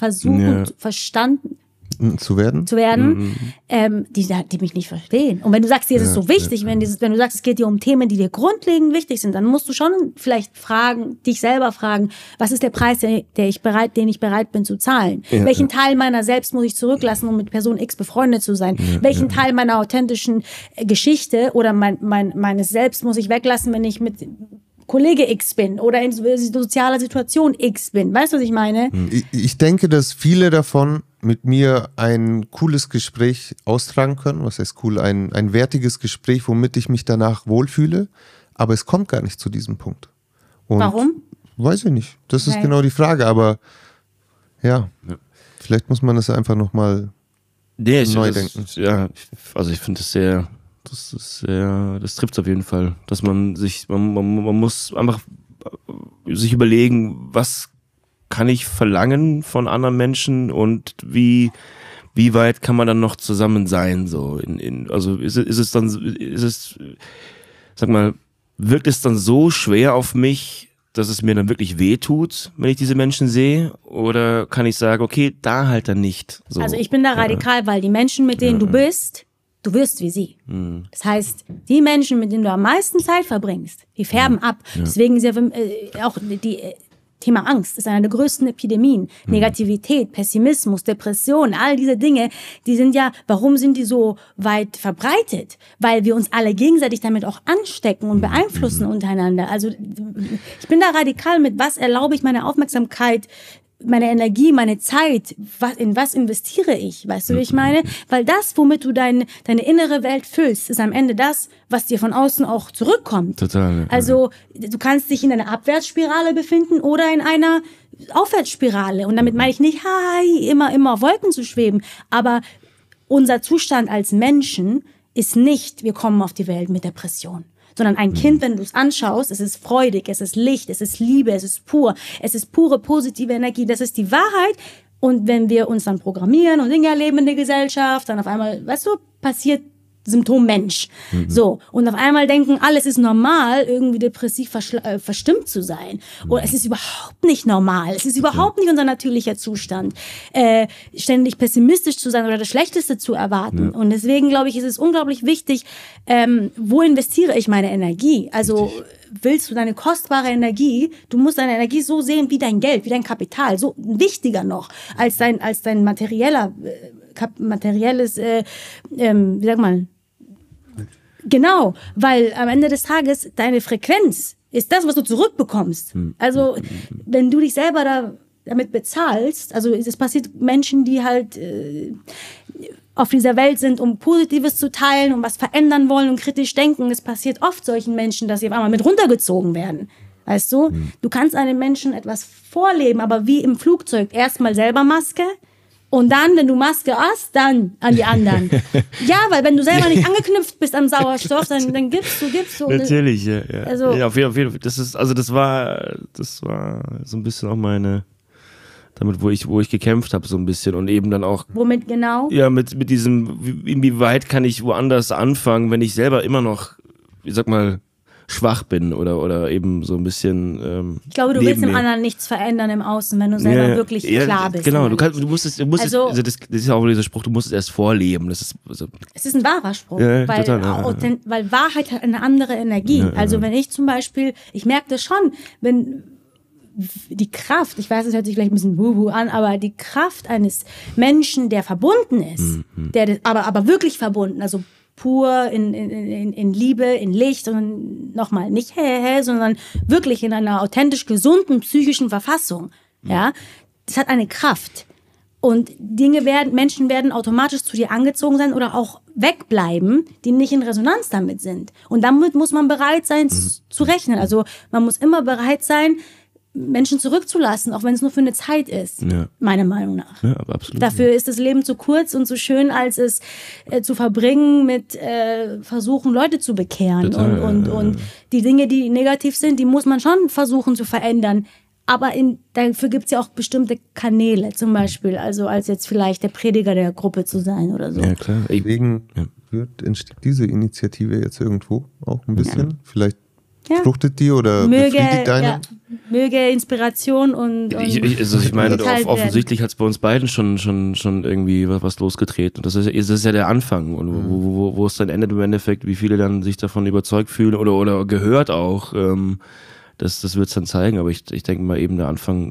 B: zu werden, die mich nicht verstehen. Und wenn du sagst, dir ist es so wichtig, wenn du sagst, es geht dir um Themen, die dir grundlegend wichtig sind, dann musst du schon vielleicht dich selber fragen, was ist der Preis, den ich bereit bin zu zahlen? Ja, welchen Teil meiner selbst muss ich zurücklassen, um mit Person X befreundet zu sein? Welchen Teil meiner authentischen Geschichte oder meines Selbst muss ich weglassen, wenn ich mit Kollege X bin oder in sozialer Situation X bin. Weißt du, was ich meine?
A: Ich denke, dass viele davon mit mir ein cooles Gespräch austragen können. Was heißt cool? Ein wertiges Gespräch, womit ich mich danach wohlfühle. Aber es kommt gar nicht zu diesem Punkt. Und
B: warum?
A: Weiß ich nicht. Das ist genau die Frage. Aber vielleicht muss man das einfach nochmal neu denken.
C: Ja, also ich finde es das trifft es auf jeden Fall, dass man muss einfach sich überlegen, was kann ich verlangen von anderen Menschen und wie weit kann man dann noch zusammen sein, so also wirkt es dann so schwer auf mich, dass es mir dann wirklich wehtut, wenn ich diese Menschen sehe, oder kann ich sagen, okay, da halt dann nicht. So.
B: Also ich bin da radikal, weil die Menschen, mit denen du bist, du wirst wie sie. Das heißt, die Menschen, mit denen du am meisten Zeit verbringst, die färben ab. Deswegen ist ja auch die Thema Angst ist einer der größten Epidemien. Negativität, Pessimismus, Depression, all diese Dinge, warum sind die so weit verbreitet? Weil wir uns alle gegenseitig damit auch anstecken und beeinflussen untereinander. Also ich bin da radikal mit, was erlaube ich meine Aufmerksamkeit, meine Energie, meine Zeit, in was investiere ich, weißt du, wie ich meine? Weil das, womit du deine innere Welt füllst, ist am Ende das, was dir von außen auch zurückkommt.
C: Total.
B: Also du kannst dich in einer Abwärtsspirale befinden oder in einer Aufwärtsspirale. Und damit meine ich nicht, immer auf Wolken zu schweben. Aber unser Zustand als Menschen ist nicht, wir kommen auf die Welt mit Depression. Sondern ein Kind, wenn du es anschaust, es ist freudig, es ist Licht, es ist Liebe, es ist pure positive Energie, das ist die Wahrheit. Und wenn wir uns dann programmieren und Dinge erleben in der Gesellschaft, dann auf einmal, weißt du, passiert Symptom Mensch. So. Und auf einmal denken, alles ist normal, irgendwie depressiv verstimmt zu sein. Und es ist überhaupt nicht normal. Es ist überhaupt nicht unser natürlicher Zustand. Ständig pessimistisch zu sein oder das Schlechteste zu erwarten. Und deswegen, glaube ich, ist es unglaublich wichtig, wo investiere ich meine Energie? Also, willst du deine kostbare Energie, du musst deine Energie so sehen wie dein Geld, wie dein Kapital, so wichtiger noch als dein materielles, wie sagt man? Genau, weil am Ende des Tages deine Frequenz ist das, was du zurückbekommst. Also, wenn du dich selber damit bezahlst, also es passiert Menschen, die halt auf dieser Welt sind, um Positives zu teilen, um was verändern wollen und kritisch denken. Es passiert oft solchen Menschen, dass sie auf einmal mit runtergezogen werden. Weißt du? Du kannst einem Menschen etwas vorleben, aber wie im Flugzeug, erstmal selber Maske und dann, wenn du Maske hast, dann an die anderen. Ja, weil wenn du selber nicht angeknüpft bist am Sauerstoff, dann gibst du.
C: Natürlich, ja.
B: Also,
C: ja, auf jeden Fall. Das war so ein bisschen auch damit, wo ich gekämpft habe, so ein bisschen, und eben dann auch.
B: Womit genau?
C: Ja, mit diesem, inwieweit kann ich woanders anfangen, wenn ich selber immer noch, ich sag mal, schwach bin oder eben so ein bisschen
B: ich glaube, du willst im anderen nichts verändern im Außen, wenn du selber wirklich klar bist.
C: Genau, du musst es, also das ist auch dieser Spruch, du musst es erst vorleben. Das ist, also,
B: es ist ein wahrer Spruch,
C: weil,
B: total, weil Wahrheit hat eine andere Energie. Also wenn ich zum Beispiel, ich merke das schon, wenn die Kraft, ich weiß, es hört sich vielleicht ein bisschen wuhu an, aber die Kraft eines Menschen, der verbunden ist, der aber wirklich verbunden, also pur in Liebe, in Licht und nochmal nicht sondern wirklich in einer authentisch gesunden psychischen Verfassung. Ja, das hat eine Kraft. Und Menschen werden automatisch zu dir angezogen sein oder auch wegbleiben, die nicht in Resonanz damit sind. Und damit muss man bereit sein zu rechnen. Also man muss immer bereit sein, Menschen zurückzulassen, auch wenn es nur für eine Zeit ist, meiner Meinung nach.
C: Ja, aber absolut.
B: Dafür ist das Leben zu kurz und zu schön, als es zu verbringen mit Versuchen, Leute zu bekehren.
C: Total,
B: und die Dinge, die negativ sind, die muss man schon versuchen zu verändern. Aber dafür gibt es ja auch bestimmte Kanäle, zum Beispiel, also als jetzt vielleicht der Prediger der Gruppe zu sein oder so.
C: Ja, klar.
A: Deswegen entsteht diese Initiative jetzt irgendwo auch ein bisschen. Vielleicht fruchtet die oder befriedigt deine?
B: Möge Inspiration und
C: ich meine, offensichtlich hat es bei uns beiden schon irgendwie was losgetreten. Und das ist ja der Anfang. Und wo es dann endet im Endeffekt, wie viele dann sich davon überzeugt fühlen oder gehört auch, das wird es dann zeigen. Aber ich denke mal eben, der Anfang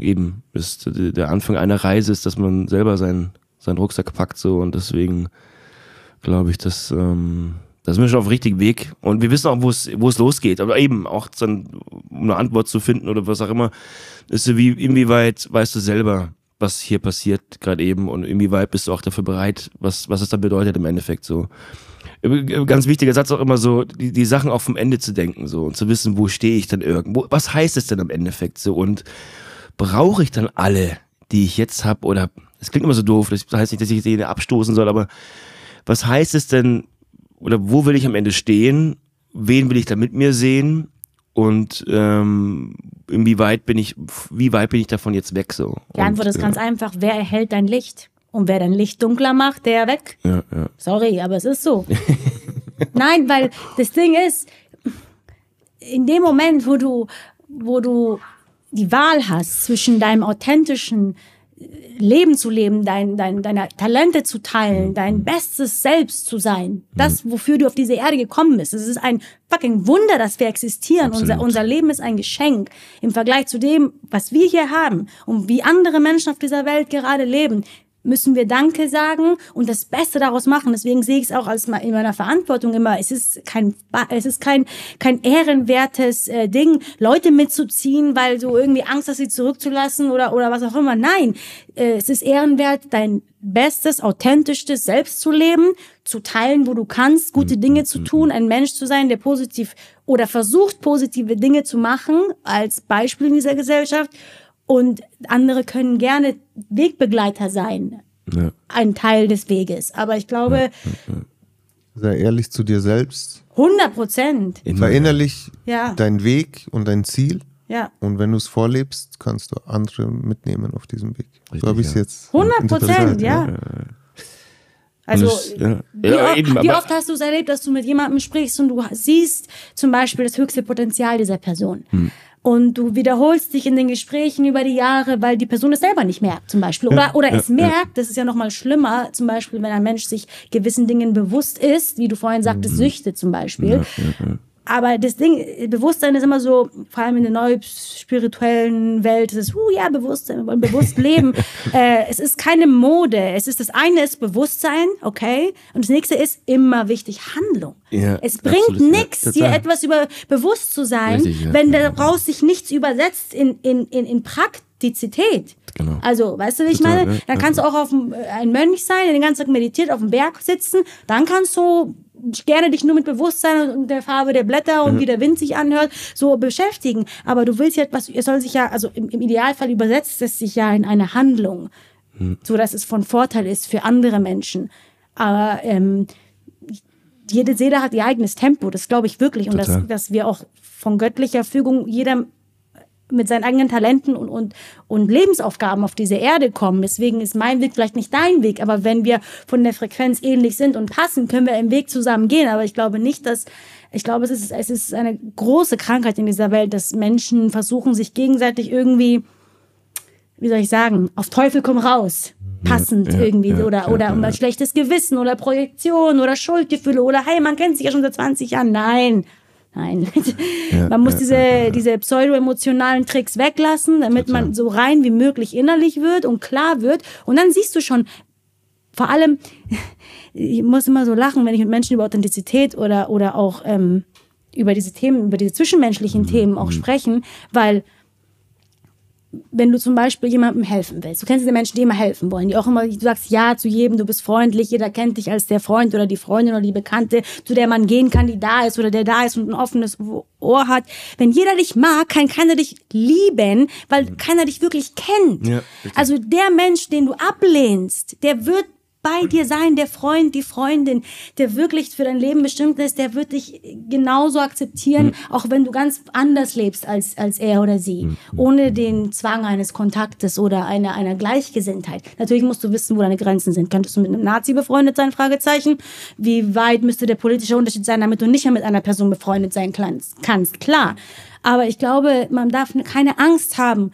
C: einer Reise ist, dass man selber seinen Rucksack packt so, und deswegen glaube ich, dass da sind wir schon auf dem richtigen Weg und wir wissen auch, wo es losgeht. Aber eben auch dann, um eine Antwort zu finden oder was auch immer, ist so wie, inwieweit weißt du selber, was hier passiert gerade eben, und inwieweit bist du auch dafür bereit, was es dann bedeutet im Endeffekt so. Ganz wichtiger Satz auch immer so, die Sachen auch vom Ende zu denken so und zu wissen, wo stehe ich denn irgendwo, was heißt es denn im Endeffekt so, und brauche ich dann alle, die ich jetzt habe, oder, es klingt immer so doof, das heißt nicht, dass ich jene abstoßen soll, aber was heißt es denn, oder wo will ich am Ende stehen? Wen will ich da mit mir sehen? Und wie weit bin ich davon jetzt weg so?
B: Die Antwort ist ganz einfach: Wer erhält dein Licht? Und wer dein Licht dunkler macht, der weg.
C: Ja.
B: Sorry, aber es ist so. Nein, weil das Ding ist, in dem Moment, wo du die Wahl hast zwischen deinem authentischen Leben zu leben, deine Talente zu teilen, dein bestes Selbst zu sein, das, wofür du auf diese Erde gekommen bist. Es ist ein fucking Wunder, dass wir existieren. Unser Leben ist ein Geschenk im Vergleich zu dem, was wir hier haben und wie andere Menschen auf dieser Welt gerade leben. Müssen wir Danke sagen und das Beste daraus machen. Deswegen sehe ich es auch als in meiner Verantwortung immer. Es ist kein ehrenwertes Ding, Leute mitzuziehen, weil du irgendwie Angst hast, sie zurückzulassen oder was auch immer. Nein, es ist ehrenwert, dein bestes, authentischstes Selbst zu leben, zu teilen, wo du kannst, gute Dinge zu tun, ein Mensch zu sein, der positiv oder versucht, positive Dinge zu machen, als Beispiel in dieser Gesellschaft. Und andere können gerne Wegbegleiter sein, ein Teil des Weges. Aber ich glaube,
A: sei ehrlich zu dir selbst.
B: 100%.
A: Verinnerlich deinen Weg und dein Ziel.
B: Ja.
A: Und wenn du es vorlebst, kannst du andere mitnehmen auf diesem Weg.
C: Richtig,
A: so habe ich es jetzt
B: 100%, ja. Also, wie oft hast du es erlebt, dass du mit jemandem sprichst und du siehst zum Beispiel das höchste Potenzial dieser Person. Und du wiederholst dich in den Gesprächen über die Jahre, weil die Person es selber nicht merkt, zum Beispiel. Oder es merkt, das ist ja noch mal schlimmer, zum Beispiel, wenn ein Mensch sich gewissen Dingen bewusst ist, wie du vorhin sagtest, Süchte zum Beispiel. Aber das Ding, Bewusstsein ist immer so, vor allem in der neu spirituellen Welt, es ist, Bewusstsein, wir wollen bewusst leben. Es ist keine Mode. Das eine ist Bewusstsein, okay? Und das nächste ist immer wichtig, Handlung.
C: Ja,
B: es bringt nichts, dir etwas über bewusst zu sein, wenn daraus sich nichts übersetzt in Praktizität.
C: Genau.
B: Also, weißt du, wie ich meine? Dann kannst du auch ein Mönch sein, der den ganzen Tag meditiert, auf dem Berg sitzen. Dann kannst du gerne dich nur mit Bewusstsein und der Farbe der Blätter und wie der Wind sich anhört, so beschäftigen. Aber du willst ja etwas, es soll sich ja, also im Idealfall übersetzt es sich ja in eine Handlung, so dass es von Vorteil ist für andere Menschen. Aber jede Seele hat ihr eigenes Tempo, das glaube ich wirklich. Und dass wir auch von göttlicher Fügung jeder mit seinen eigenen Talenten und Lebensaufgaben auf diese Erde kommen. Deswegen ist mein Weg vielleicht nicht dein Weg, aber wenn wir von der Frequenz ähnlich sind und passen, können wir im Weg zusammen gehen. Aber ich glaube nicht, dass Ich glaube, es ist eine große Krankheit in dieser Welt, dass Menschen versuchen, sich gegenseitig irgendwie, wie soll ich sagen, auf Teufel komm raus, passend oder um ein schlechtes Gewissen oder Projektion oder Schuldgefühle oder hey, man kennt sich ja schon seit 20 Jahren. Nein. Man muss diese pseudo-emotionalen Tricks weglassen, damit man so rein wie möglich innerlich wird und klar wird. Und dann siehst du schon, vor allem, ich muss immer so lachen, wenn ich mit Menschen über Authentizität oder auch über diese Themen, über diese zwischenmenschlichen Themen auch sprechen, weil wenn du zum Beispiel jemandem helfen willst, du kennst diese Menschen, die immer helfen wollen, die auch immer, du sagst ja zu jedem, du bist freundlich, jeder kennt dich als der Freund oder die Freundin oder die Bekannte, zu der man gehen kann, die da ist oder der da ist und ein offenes Ohr hat. Wenn jeder dich mag, kann keiner dich lieben, weil keiner dich wirklich kennt. Ja, also der Mensch, den du ablehnst, der wird bei dir sein, der Freund, die Freundin, der wirklich für dein Leben bestimmt ist, der wird dich genauso akzeptieren, auch wenn du ganz anders lebst als er oder sie, ohne den Zwang eines Kontaktes oder einer Gleichgesinntheit. Natürlich musst du wissen, wo deine Grenzen sind. Könntest du mit einem Nazi befreundet sein? Fragezeichen. Wie weit müsste der politische Unterschied sein, damit du nicht mehr mit einer Person befreundet sein kannst? Klar. Aber ich glaube, man darf keine Angst haben,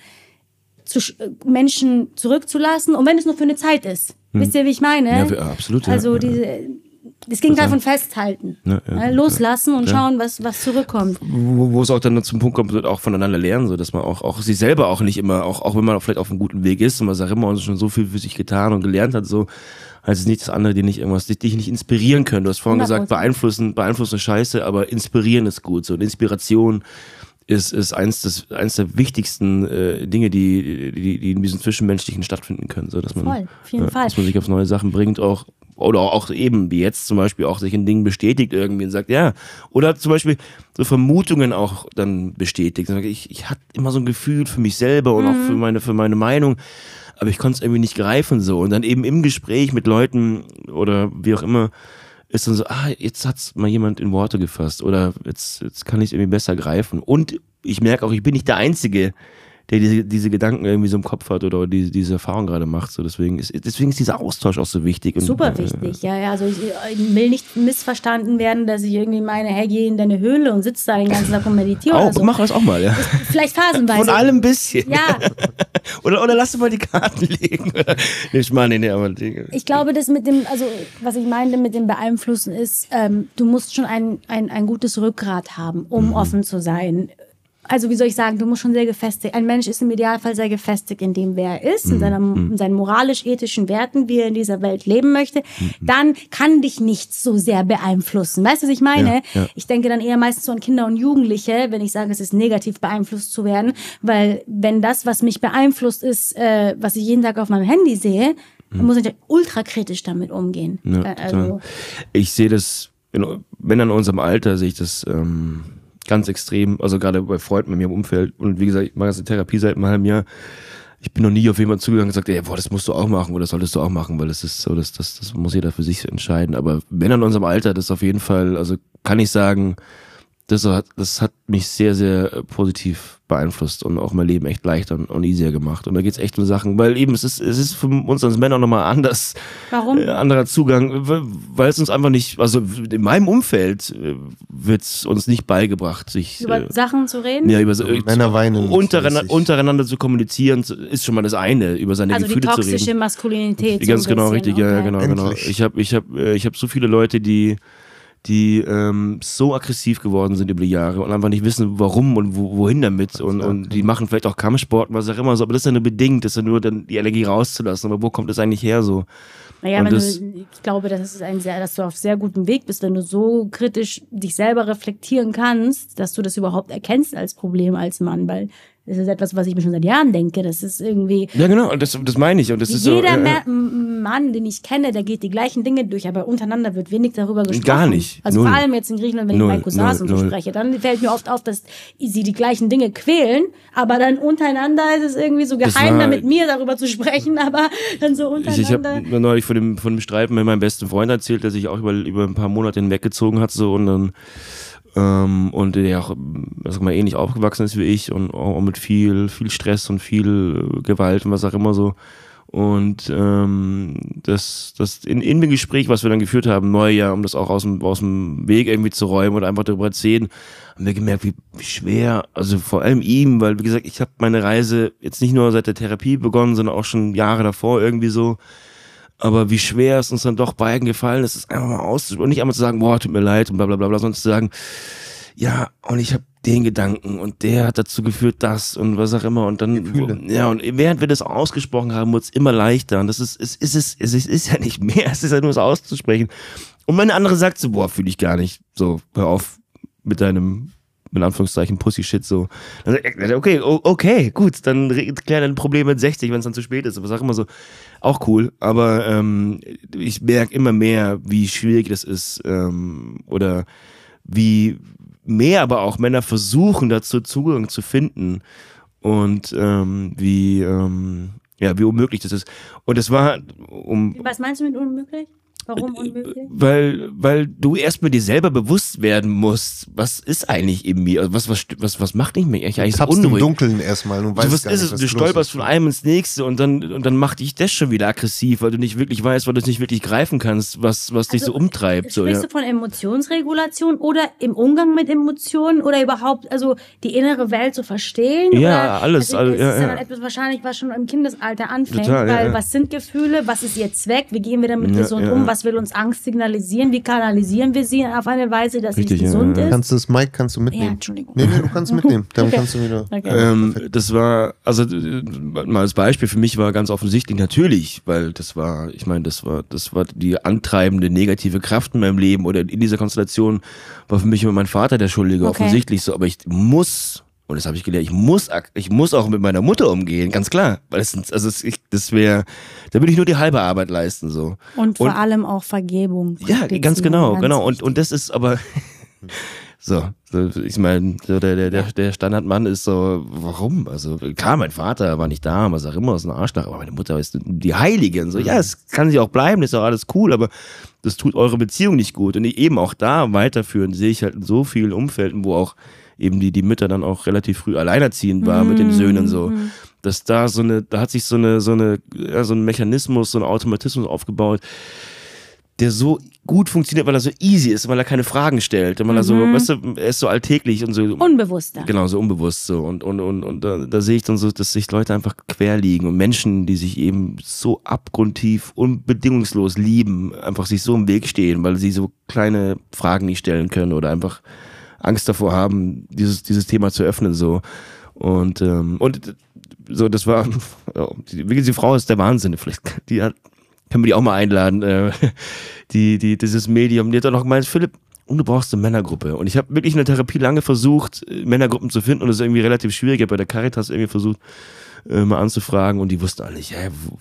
B: Menschen zurückzulassen, und wenn es nur für eine Zeit ist. Wisst ihr, wie ich meine?
C: Ja, absolut.
B: Also das Gegenteil von festhalten. Loslassen und schauen, was zurückkommt.
C: Wo es auch dann zum Punkt kommt, auch voneinander lernen, so dass man auch sich selber auch nicht immer, auch wenn man vielleicht auf einem guten Weg ist und man sagt immer, und schon so viel für sich getan und gelernt hat, so, heißt es nicht, dass andere dich nicht inspirieren können. Du hast vorhin gesagt, beeinflussen Scheiße, aber inspirieren ist gut. So, und Inspiration ist eins der wichtigsten Dinge, die in diesen Zwischenmenschlichen stattfinden können, so dass man,
B: auf jeden Fall.
C: Dass man sich auf neue Sachen bringt, oder auch eben wie jetzt zum Beispiel auch sich in Dingen bestätigt irgendwie und sagt, ja, oder zum Beispiel so Vermutungen auch dann bestätigt. Ich hatte immer so ein Gefühl für mich selber und auch für meine Meinung, aber ich konnte es irgendwie nicht greifen so, und dann eben im Gespräch mit Leuten oder wie auch immer ist dann so, jetzt hat's mal jemand in Worte gefasst oder jetzt kann ich es irgendwie besser greifen. Und ich merke auch, ich bin nicht der Einzige, der diese Gedanken irgendwie so im Kopf hat oder diese Erfahrung gerade macht. So, deswegen ist dieser Austausch auch so wichtig. Und,
B: super wichtig, ja. Also ich will nicht missverstanden werden, dass ich irgendwie meine, hey, geh in deine Höhle und sitze da den ganzen Tag und meditiere.
C: Auch, mach das auch mal, ja.
B: Vielleicht phasenweise.
C: Von allem ein bisschen.
B: Ja.
C: oder lass du mal die Karten legen. Ich
B: glaube, das was ich meinte mit dem Beeinflussen ist, du musst schon ein gutes Rückgrat haben, um offen zu sein. Also wie soll ich sagen, du musst schon sehr gefestigt, ein Mensch ist im Idealfall sehr gefestigt in dem, wer er ist, in seinen moralisch-ethischen Werten, wie er in dieser Welt leben möchte, dann kann dich nichts so sehr beeinflussen. Weißt du, was ich meine? Ja. Ich denke dann eher meistens so an Kinder und Jugendliche, wenn ich sage, es ist negativ beeinflusst zu werden, weil wenn das, was mich beeinflusst ist, was ich jeden Tag auf meinem Handy sehe, dann muss ich ultra kritisch damit umgehen.
C: Ja, ich sehe das, wenn in unserem Alter sehe ich das ganz extrem, also gerade bei Freunden bei mir im Umfeld, und wie gesagt, ich mache jetzt eine Therapie seit einem halben Jahr. Ich bin noch nie auf jemanden zugegangen und gesagt, das musst du auch machen oder das solltest du auch machen, weil das ist so, das muss jeder für sich entscheiden. Aber wenn in unserem Alter, das auf jeden Fall, also kann ich sagen, das hat mich sehr, sehr positiv beeinflusst und auch mein Leben echt leichter und easier gemacht. Und da geht's echt um Sachen, weil eben es ist für uns als Männer nochmal anders.
B: Warum?
C: Anderer Zugang, weil es uns einfach nicht, also in meinem Umfeld wird's uns nicht beigebracht, sich
B: über Sachen zu reden.
C: Ja, über
A: Männer weinen
C: untereinander zu kommunizieren, ist schon mal das eine, über seine Gefühle zu reden. Also die
B: toxische Maskulinität.
C: Ganz so genau, richtig, okay. Ja, genau. Ich hab so viele Leute, die so aggressiv geworden sind über die Jahre und einfach nicht wissen, warum und wohin damit, und die machen vielleicht auch Kampfsport, was auch immer so, aber das ist ja nur bedingt, das ist ja nur dann die Allergie rauszulassen, aber wo kommt das eigentlich her so?
B: Naja, ich glaube, dass du auf sehr gutem Weg bist, wenn du so kritisch dich selber reflektieren kannst, dass du das überhaupt erkennst als Problem als Mann, weil das ist etwas, was ich mir schon seit Jahren denke. Das ist irgendwie...
C: Ja, genau, das meine ich. Und das ist
B: jeder Mann, den ich kenne, der geht die gleichen Dinge durch, aber untereinander wird wenig darüber gesprochen.
C: Gar nicht.
B: Also vor allem jetzt in Griechenland, wenn ich mit meinen Cousins und so spreche, dann fällt mir oft auf, dass sie die gleichen Dinge quälen, aber dann untereinander ist es irgendwie so geheim, mit mir darüber zu sprechen, aber dann so untereinander...
C: Ich habe neulich von dem Streiten mit meinem besten Freund erzählt, der sich auch über ein paar Monate hinweggezogen hat, so, und dann und der auch, sag mal, ähnlich aufgewachsen ist wie ich und auch mit viel Stress und viel Gewalt und was auch immer so. Und das in dem Gespräch, was wir dann geführt haben, Neujahr, um das auch aus dem Weg irgendwie zu räumen oder einfach darüber zu reden, haben wir gemerkt, wie schwer, also vor allem ihm, weil wie gesagt, ich habe meine Reise jetzt nicht nur seit der Therapie begonnen, sondern auch schon Jahre davor irgendwie so. Aber wie schwer es uns dann doch beiden gefallen ist, es einfach mal auszusprechen und nicht einmal zu sagen, boah, tut mir leid und bla bla bla, sondern zu sagen, ja, und ich habe den Gedanken und der hat dazu geführt, das und was auch immer und dann, ja, und während wir das ausgesprochen haben, wurde es immer leichter und es ist ja nicht mehr, es ist ja nur das auszusprechen. Und wenn eine andere sagt so, boah, fühle ich gar nicht, so, hör auf mit deinem, in Anführungszeichen, Pussy-Shit, so. Dann sagt er, okay, gut, dann klär dein Problem mit 60, wenn es dann zu spät ist, aber sag immer so, auch cool, aber ich merke immer mehr, wie schwierig das ist, oder wie mehr aber auch Männer versuchen, dazu Zugang zu finden und wie unmöglich das ist. Und es war
B: Was meinst du mit unmöglich? Warum unmöglich?
C: Weil du erst mit dir selber bewusst werden musst, was ist eigentlich in mir, also was macht mich eigentlich so unruhig?
A: Im Dunkeln erstmal und weißt gar nicht, was
C: du stolperst von einem ins nächste und dann macht dich das schon wieder aggressiv, weil du nicht wirklich weißt, weil du es nicht wirklich greifen kannst, was dich so umtreibt.
B: Sprichst du von Emotionsregulation oder im Umgang mit Emotionen oder überhaupt, also die innere Welt zu verstehen?
C: Ja,
B: oder?
C: alles.
B: Also ist dann etwas wahrscheinlich, was schon im Kindesalter anfängt,
C: Total,
B: weil was sind Gefühle, was ist ihr Zweck, wie gehen wir damit gesund um, was will uns Angst signalisieren, wie kanalisieren wir sie auf eine Weise, dass sie gesund ist?
A: Kannst du das Mic, mitnehmen?
B: Ja, Entschuldigung.
A: Nee, du kannst mitnehmen. Dann kannst du wieder.
B: Okay.
C: Das war, also mal als Beispiel für mich war ganz offensichtlich natürlich, weil das war die antreibende negative Kraft in meinem Leben oder in dieser Konstellation war für mich immer mein Vater der Schuldige, offensichtlich so, aber ich muss, und das habe ich gelernt, ich muss auch mit meiner Mutter umgehen, ganz klar, weil da würde ich nur die halbe Arbeit leisten, so.
B: Und vor allem auch Vergebung.
C: Ja, ganz genau. Und das ist aber, so, ich meine, so der Standardmann ist so, warum? Also, klar, mein Vater war nicht da, was auch immer, ist ein Arschloch, aber meine Mutter ist die Heilige und so, ja, es kann sie auch bleiben, das ist auch alles cool, aber das tut eure Beziehung nicht gut. Und eben auch da weiterführen, sehe ich halt in so vielen Umfelden, wo auch eben die Mütter dann auch relativ früh alleinerziehend war mit den Söhnen so, dass da hat sich so ein Mechanismus, so ein Automatismus aufgebaut, der so gut funktioniert, weil er so easy ist, weil er keine Fragen stellt, weil er so, weißt du, er ist so alltäglich und so.
B: Unbewusster.
C: Genau, so unbewusst so. Und da sehe ich dann so, dass sich Leute einfach quer liegen und Menschen, die sich eben so abgrundtief und bedingungslos lieben, einfach sich so im Weg stehen, weil sie so kleine Fragen nicht stellen können oder einfach Angst davor haben, dieses Thema zu öffnen, so. Und so, das war, die Frau ist der Wahnsinn, vielleicht, können wir die auch mal einladen, dieses Medium, die hat auch noch gemeint, Philipp, und du brauchst eine Männergruppe. Und ich habe wirklich in der Therapie lange versucht, Männergruppen zu finden und das ist irgendwie relativ schwierig. Ich habe bei der Caritas irgendwie versucht, mal anzufragen und die wussten alle nicht,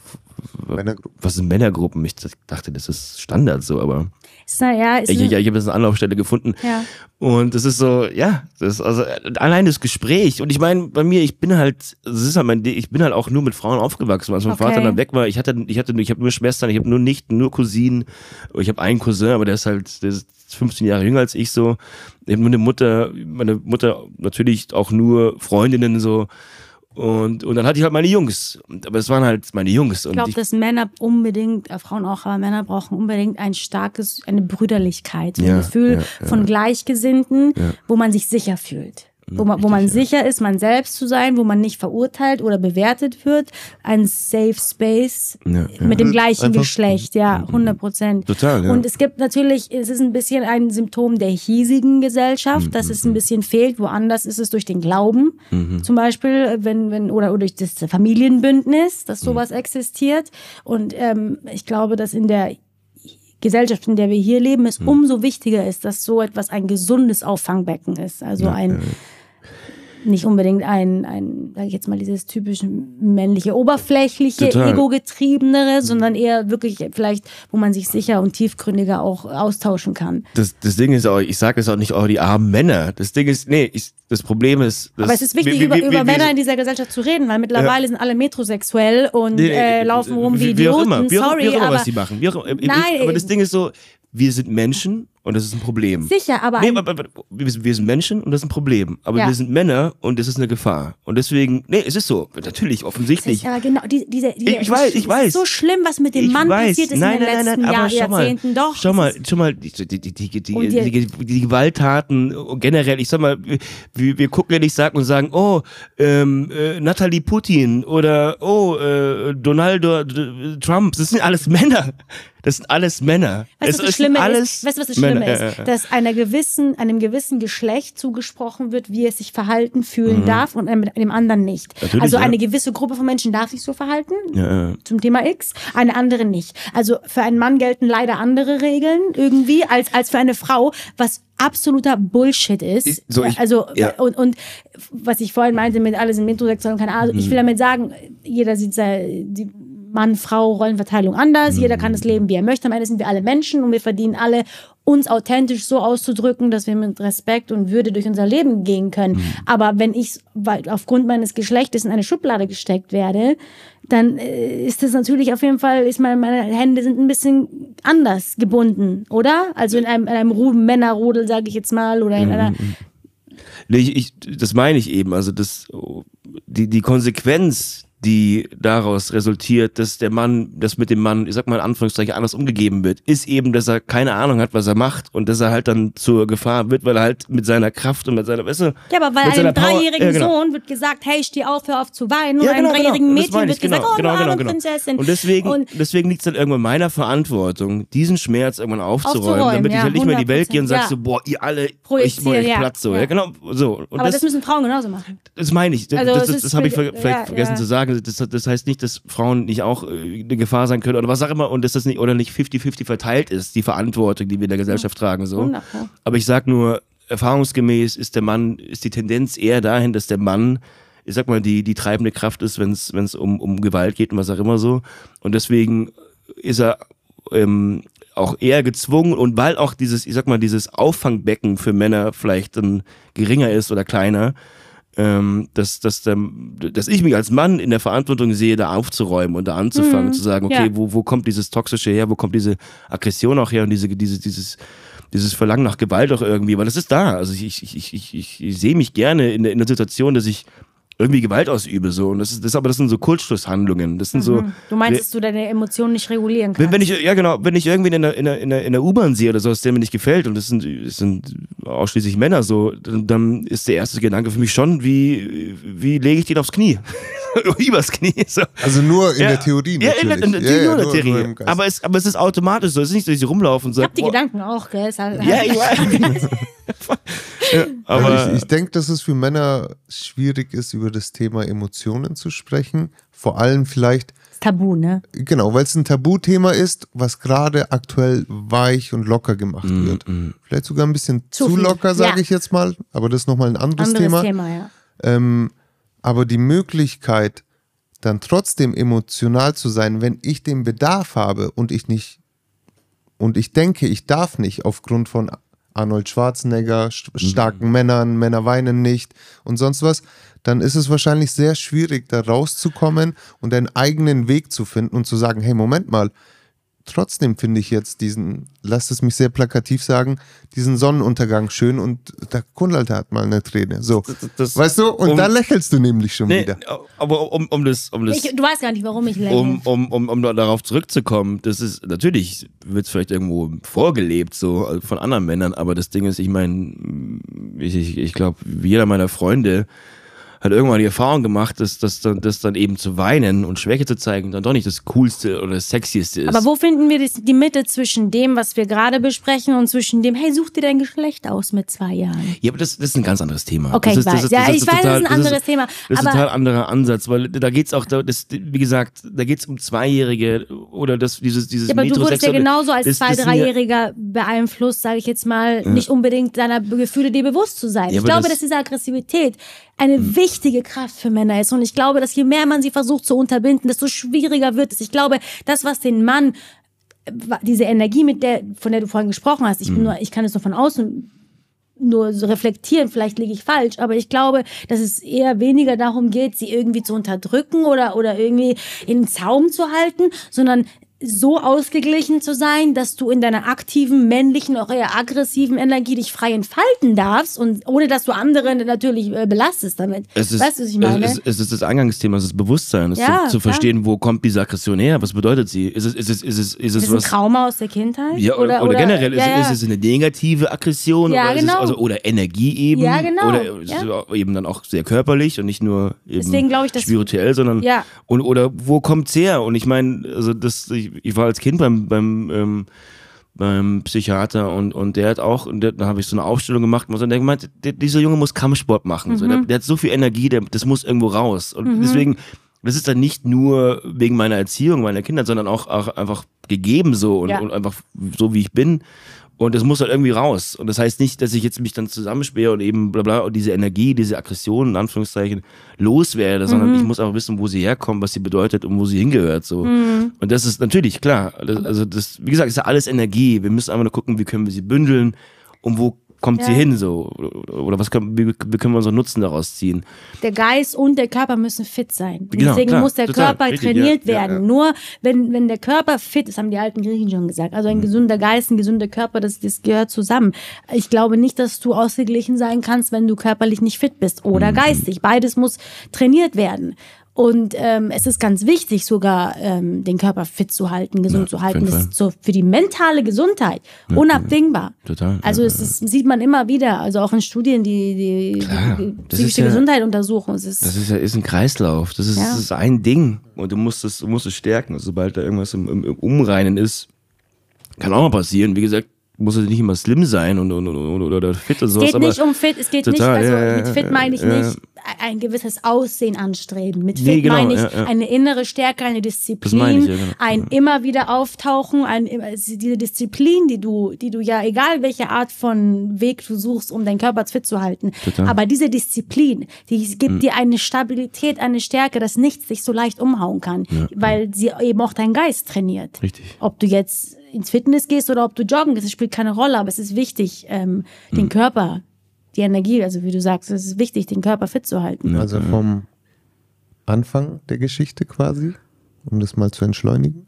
C: was sind Männergruppen? Ich dachte, das ist Standard so, aber ich habe jetzt eine Anlaufstelle gefunden.
B: Ja.
C: Und das ist so, ja, das ist also allein das Gespräch. Und ich meine, bei mir, ich bin halt auch nur mit Frauen aufgewachsen. Als mein Vater dann weg war, ich habe nur Schwestern, ich habe nur Nichten, nur Cousinen. Ich habe einen Cousin, aber der ist 15 Jahre jünger als ich so. Ich habe nur meine Mutter natürlich auch nur Freundinnen so. Und dann hatte ich halt meine Jungs. Aber es waren halt meine Jungs.
B: Ich glaube, dass Männer unbedingt, Frauen auch, aber Männer brauchen unbedingt eine Brüderlichkeit, so ein Gefühl von Gleichgesinnten, wo man sich sicher fühlt. Wo man sicher ist, man selbst zu sein, wo man nicht verurteilt oder bewertet wird. Ein Safe Space mit dem gleichen Geschlecht, 100%.
C: Total, ja.
B: Und es gibt natürlich, es ist ein bisschen ein Symptom der hiesigen Gesellschaft, dass es ein bisschen fehlt. Woanders ist es durch den Glauben, zum Beispiel, oder durch das Familienbündnis, dass sowas existiert. Und ich glaube, dass in der Gesellschaft, in der wir hier leben, es umso wichtiger ist, dass so etwas ein gesundes Auffangbecken ist. Also nicht unbedingt sag ich jetzt mal, dieses typische männliche, oberflächliche, ego-getriebenere, sondern eher wirklich vielleicht, wo man sich sicher und tiefgründiger auch austauschen kann.
C: Das Ding ist auch, ich sage es auch nicht, die armen Männer. Das Ding ist, das Problem ist...
B: Aber es ist wichtig, über Männer in dieser Gesellschaft zu reden, weil mittlerweile sind alle metrosexuell und laufen rum wie Idioten.
C: Wie auch immer, was sie machen. Aber das Ding ist so, wir sind Menschen Und das ist ein Problem.
B: Sicher, aber...
C: aber wir sind Menschen und das ist ein Problem. Aber wir sind Männer und das ist eine Gefahr. Und deswegen, es ist so. Natürlich, offensichtlich.
B: Aber genau,
C: Ich weiß.
B: Es ist so schlimm, was mit dem Mann passiert ist in den letzten Jahrzehnten. Doch.
C: Schau mal, die Gewalttaten generell, ich sag mal, wir gucken ja nicht und sagen, Natalie Putin oder Donald Trump, das sind alles Männer. Das sind alles Männer.
B: Weißt du, was das Schlimme ist? Dass einem gewissen Geschlecht zugesprochen wird, wie es sich verhalten, fühlen darf und dem anderen nicht.
C: Natürlich,
B: also eine gewisse Gruppe von Menschen darf sich so verhalten, zum Thema X, eine andere nicht. Also für einen Mann gelten leider andere Regeln irgendwie als für eine Frau, was absoluter Bullshit ist. Und was ich vorhin meinte mit alles in Metrosexuell und keine Ahnung, ich will damit sagen, jeder sieht die Mann-Frau-Rollenverteilung anders, jeder kann das leben, wie er möchte. Am Ende sind wir alle Menschen und wir verdienen alle, uns authentisch so auszudrücken, dass wir mit Respekt und Würde durch unser Leben gehen können. Aber wenn ich aufgrund meines Geschlechtes in eine Schublade gesteckt werde, dann ist das natürlich auf jeden Fall, meine Hände sind ein bisschen anders gebunden, oder? Also in einem Männerrudel, sage ich jetzt mal, oder in einer...
C: Das meine ich eben, also die Konsequenz, die daraus resultiert, dass mit dem Mann, ich sag mal in Anführungszeichen, anders umgegeben wird, ist eben, dass er keine Ahnung hat, was er macht und dass er halt dann zur Gefahr wird, weil er halt mit seiner Kraft und mit seiner, weißt du,
B: ja, aber weil einem 3-jährigen Sohn wird gesagt, hey, steh auf, hör auf zu weinen, und einem 3-jährigen Mädchen wird gesagt, Prinzessin.
C: Und deswegen liegt es dann irgendwann in meiner Verantwortung, diesen Schmerz irgendwann aufzuräumen, damit ich halt nicht mehr in die Welt gehe und sage so, boah, ihr alle, ich mache euch Platz so. Ja, genau, so. Und
B: aber das müssen Frauen genauso machen.
C: Das meine ich. Also das habe ich vielleicht vergessen zu sagen. Das heißt nicht, dass Frauen nicht auch eine Gefahr sein können oder was auch immer und dass das nicht 50-50 verteilt ist, die Verantwortung, die wir in der Gesellschaft tragen. So. Wunderbar. Aber ich sag nur, erfahrungsgemäß ist die Tendenz eher dahin, dass der Mann, ich sag mal, die treibende Kraft ist, wenn es um Gewalt geht und was auch immer so. Und deswegen ist er auch eher gezwungen und weil auch dieses Auffangbecken für Männer vielleicht dann geringer ist oder kleiner, dass ich mich als Mann in der Verantwortung sehe, da aufzuräumen und da anzufangen, zu sagen, okay, wo kommt dieses Toxische her, wo kommt diese Aggression auch her und dieses Verlangen nach Gewalt auch irgendwie, weil das ist da. Also ich sehe mich gerne in der Situation, dass ich irgendwie Gewalt ausübe, so. Und das sind so Kurzschlusshandlungen. Das sind so.
B: Du meinst, dass du deine Emotionen nicht regulieren kannst?
C: Wenn ich irgendwie in der U-Bahn sehe oder so, der mir nicht gefällt, und das sind ausschließlich Männer so, dann ist der erste Gedanke für mich schon, wie lege ich den aufs Knie? Übers Knie. So.
A: Also nur in der Theorie natürlich.
C: Ja, in der Theorie. Aber es ist automatisch so. Es ist nicht, dass ich rumlaufe und sage,
B: ich hab die Gedanken auch, gell?
C: Ja, ich weiß.
A: Aber ich denke, dass es für Männer schwierig ist, über das Thema Emotionen zu sprechen. Vor allem vielleicht...
B: Tabu, ne?
A: Genau, weil es ein Tabuthema ist, was gerade aktuell weich und locker gemacht wird. Vielleicht sogar ein bisschen zu locker, sage ich jetzt mal. Aber das ist nochmal ein anderes Thema. Aber die Möglichkeit, dann trotzdem emotional zu sein, wenn ich den Bedarf habe und ich denke, ich darf nicht aufgrund von Arnold Schwarzenegger, starken Männern, Männer weinen nicht und sonst was, dann ist es wahrscheinlich sehr schwierig, da rauszukommen und einen eigenen Weg zu finden und zu sagen, hey, Moment mal, trotzdem finde ich jetzt lasst es mich sehr plakativ sagen, diesen Sonnenuntergang schön und der Kundalte hat mal eine Träne. So, weißt du? Und da lächelst du nämlich schon wieder.
C: Aber um das...
B: du weißt gar nicht, warum ich lächle.
C: Um darauf zurückzukommen, das ist, natürlich wird es vielleicht irgendwo vorgelebt, so von anderen Männern, aber das Ding ist, ich meine, ich glaube, jeder meiner Freunde hat irgendwann die Erfahrung gemacht, dass dann eben zu weinen und Schwäche zu zeigen dann doch nicht das Coolste oder das Sexieste ist.
B: Aber wo finden wir die Mitte zwischen dem, was wir gerade besprechen und zwischen dem, hey, such dir dein Geschlecht aus mit 2 Jahren?
C: Ja, aber das ist ein ganz anderes Thema.
B: Okay, ich weiß. Das ist ein anderes Thema.
C: Das ist ein total anderer Ansatz, weil da geht's auch, wie gesagt, da geht's um Zweijährige oder dieses
B: ja, aber du wurdest ja genauso als 2-, 3-Jähriger beeinflusst, sage ich jetzt mal, nicht unbedingt deiner Gefühle dir bewusst zu sein. Ja, ich glaube, dass diese Aggressivität eine wichtige Kraft für Männer ist. Und ich glaube, dass je mehr man sie versucht zu unterbinden, desto schwieriger wird es. Ich glaube, das, was den Mann, diese Energie, von der du vorhin gesprochen hast, ich kann es nur von außen nur so reflektieren, vielleicht liege ich falsch, aber ich glaube, dass es eher weniger darum geht, sie irgendwie zu unterdrücken oder irgendwie in den Zaum zu halten, sondern so ausgeglichen zu sein, dass du in deiner aktiven, männlichen, auch eher aggressiven Energie dich frei entfalten darfst und ohne, dass du andere natürlich belastest damit. Weißt du, was ich meine?
C: Es ist das Eingangsthema, es ist Bewusstsein, zu verstehen, wo kommt diese Aggression her, was bedeutet sie? Ist es
B: ein Trauma aus der Kindheit?
C: Ja, oder generell, ist es eine negative Aggression
B: ja,
C: oder,
B: genau.
C: oder Energie eben?
B: Ja, genau.
C: Oder eben dann auch sehr körperlich und nicht nur eben
B: deswegen ich, dass
C: spirituell, sondern oder wo kommt's her? Und ich meine, also ich war als Kind beim Psychiater und der hat auch, und da habe ich so eine Aufstellung gemacht und der gemeint, dieser Junge muss Kampfsport machen. So, der hat so viel Energie, das muss irgendwo raus. Und deswegen, das ist dann nicht nur wegen meiner Erziehung, meiner Kinder, sondern auch einfach gegeben so und einfach so wie ich bin. Und es muss halt irgendwie raus. Und das heißt nicht, dass ich jetzt mich dann zusammensperre und eben bla und diese Energie, diese Aggression in Anführungszeichen loswerde, sondern ich muss auch wissen, wo sie herkommt, was sie bedeutet und wo sie hingehört. So. Und das ist natürlich klar. Wie gesagt, ist ja alles Energie. Wir müssen einfach nur gucken, wie können wir sie bündeln und wo kommt sie hin so? Oder wie können wir unseren Nutzen daraus ziehen?
B: Der Geist und der Körper müssen fit sein.
C: Genau,
B: deswegen muss der Körper
C: richtig,
B: trainiert werden. Nur wenn der Körper fit ist, haben die alten Griechen schon gesagt, also ein gesunder Geist, ein gesunder Körper, das gehört zusammen. Ich glaube nicht, dass du ausgeglichen sein kannst, wenn du körperlich nicht fit bist oder geistig. Beides muss trainiert werden. Und es ist ganz wichtig, sogar den Körper fit zu halten, gesund zu halten. Das ist so für die mentale Gesundheit unabdingbar.
C: Total.
B: Also sieht man immer wieder, also auch in Studien, die psychische Gesundheit untersuchen. Das
C: ist ein Kreislauf. Das ist ein Ding. Und du musst es stärken. Sobald da irgendwas im Umreinen ist, kann auch mal passieren. Wie gesagt, muss es nicht immer slim sein oder fit oder sowas.
B: Es geht nicht um fit, es geht total, nicht, also mit fit meine ich nicht ein gewisses Aussehen anstreben. Mit fit meine ich eine innere Stärke, eine Disziplin,
C: genau.
B: ein immer wieder auftauchen, diese Disziplin, die du ja, egal welche Art von Weg du suchst, um deinen Körper fit zu halten.
C: Total.
B: Aber diese Disziplin, die gibt dir eine Stabilität, eine Stärke, dass nichts dich so leicht umhauen kann, weil sie eben auch deinen Geist trainiert.
C: Richtig.
B: Ob du jetzt ins Fitness gehst oder ob du joggen gehst, das spielt keine Rolle, aber es ist wichtig, den Körper, die Energie, also wie du sagst, es ist wichtig, den Körper fit zu halten.
A: Also vom Anfang der Geschichte quasi, um das mal zu entschleunigen,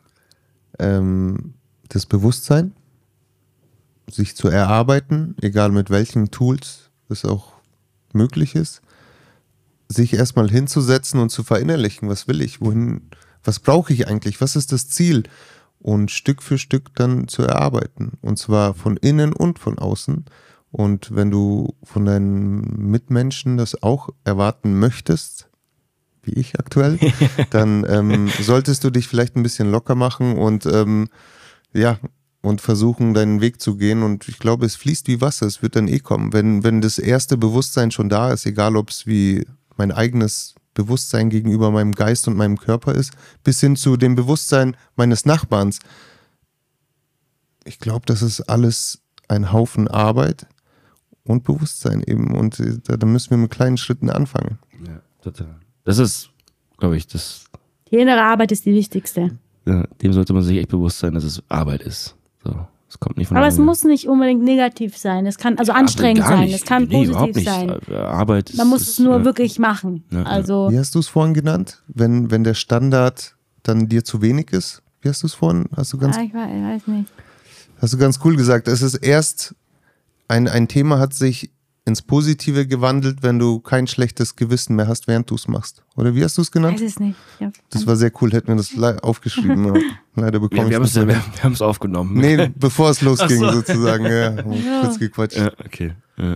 A: das Bewusstsein, sich zu erarbeiten, egal mit welchen Tools es auch möglich ist, sich erstmal hinzusetzen und zu verinnerlichen, was will ich, wohin, was brauche ich eigentlich, was ist das Ziel? Und Stück für Stück dann zu erarbeiten. Und zwar von innen und von außen. Und wenn du von deinen Mitmenschen das auch erwarten möchtest, wie ich aktuell, dann solltest du dich vielleicht ein bisschen locker machen und und versuchen, deinen Weg zu gehen. Und ich glaube, es fließt wie Wasser, es wird dann kommen. Wenn das erste Bewusstsein schon da ist, egal ob es wie mein eigenes Bewusstsein gegenüber meinem Geist und meinem Körper ist, bis hin zu dem Bewusstsein meines Nachbarns. Ich glaube, das ist alles ein Haufen Arbeit und Bewusstsein eben. Und da müssen wir mit kleinen Schritten anfangen.
C: Ja, total. Das ist, glaube ich,
B: die innere Arbeit ist die wichtigste.
C: Ja, dem sollte man sich echt bewusst sein, dass es Arbeit ist. So. Es kommt nicht von
B: Aber es muss nicht unbedingt negativ sein. Es kann also anstrengend sein. Es kann positiv sein.
C: Arbeit ist,
B: man muss es nur wirklich machen.
C: Ja,
B: also
A: wie hast du es vorhin genannt? Wenn der Standard dann dir zu wenig ist? Wie hast du es vorhin? Ich
B: weiß nicht.
A: Hast du ganz cool gesagt. Es ist erst ein Thema hat sich ins Positive gewandelt, wenn du kein schlechtes Gewissen mehr hast, während du es machst. Oder wie hast du es genannt?
B: Ich weiß es nicht. Ja.
A: Das war sehr cool. Hätten wir das aufgeschrieben. Ja. Leider bekomme ich es
C: nicht. Wir haben es aufgenommen.
A: Nee, bevor es losging sozusagen. Ja, kurz gequatscht.
C: Ja, okay.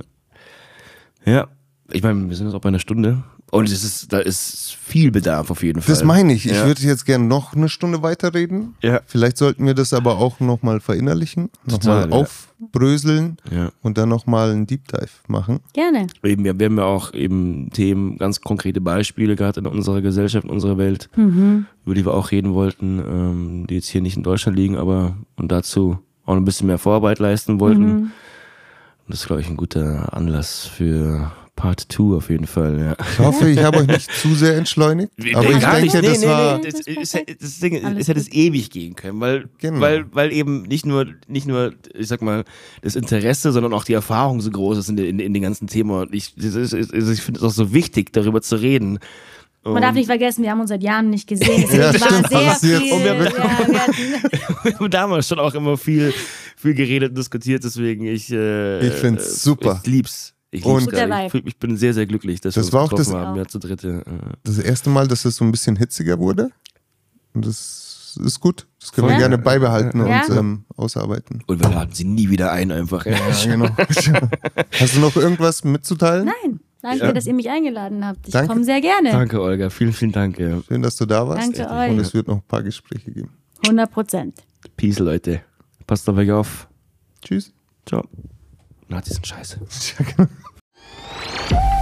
C: Ja, ich meine, wir sind jetzt auch bei einer Stunde. Und da ist viel Bedarf auf jeden Fall.
A: Das meine ich. Ich würde jetzt gerne noch eine Stunde weiterreden.
C: Ja.
A: Vielleicht sollten wir das aber auch nochmal verinnerlichen, nochmal aufbröseln und dann nochmal einen Deep Dive machen.
B: Gerne.
C: Wir haben ja auch eben Themen, ganz konkrete Beispiele gehabt in unserer Gesellschaft, in unserer Welt, über die wir auch reden wollten, die jetzt hier nicht in Deutschland liegen, aber und dazu auch ein bisschen mehr Vorarbeit leisten wollten. Und das ist, glaube ich, ein guter Anlass für Part 2 auf jeden Fall, ja.
A: Ich hoffe, ich habe euch nicht zu sehr entschleunigt, aber ich denke, das war...
C: Das Ding es hätte es ewig gehen können, weil eben nicht nur, ich sag mal, das Interesse, sondern auch die Erfahrung so groß ist in den ganzen Themen. Und ich finde es auch so wichtig, darüber zu reden.
B: Man darf nicht vergessen, wir haben uns seit Jahren nicht gesehen.
A: Ja,
B: Deswegen
A: stimmt,
B: war
A: das
B: sehr
A: ist jetzt-
B: viel.
C: Wir haben damals schon auch immer viel geredet und diskutiert, deswegen ich
A: find's super.
C: Ich lieb's. Ich
A: Und-
C: lieb's gerade. Ich bin sehr, sehr glücklich, dass wir
A: Das
C: uns
A: war auch
C: getroffen
A: das-
C: haben, ja, zu dritte.
A: Das erste Mal, dass es so ein bisschen hitziger wurde. Und das ist gut. Das können wir
B: Ja.
A: gerne beibehalten
B: Ja.
A: und ausarbeiten.
C: Und wir laden sie nie wieder ein, einfach.
A: Ja, genau. Hast du noch irgendwas mitzuteilen?
B: Nein, danke, dass ihr mich eingeladen habt. Ich
A: Danke.
B: komme sehr gerne.
C: Danke, Olga. Vielen, vielen Dank. Ja.
A: Schön, dass du da warst.
B: Danke euch.
A: Und es wird noch ein paar Gespräche geben.
B: 100%.
C: Peace, Leute. Passt auf euch auf.
A: Tschüss.
C: Ciao. Nazis sind scheiße.
A: Ja, genau.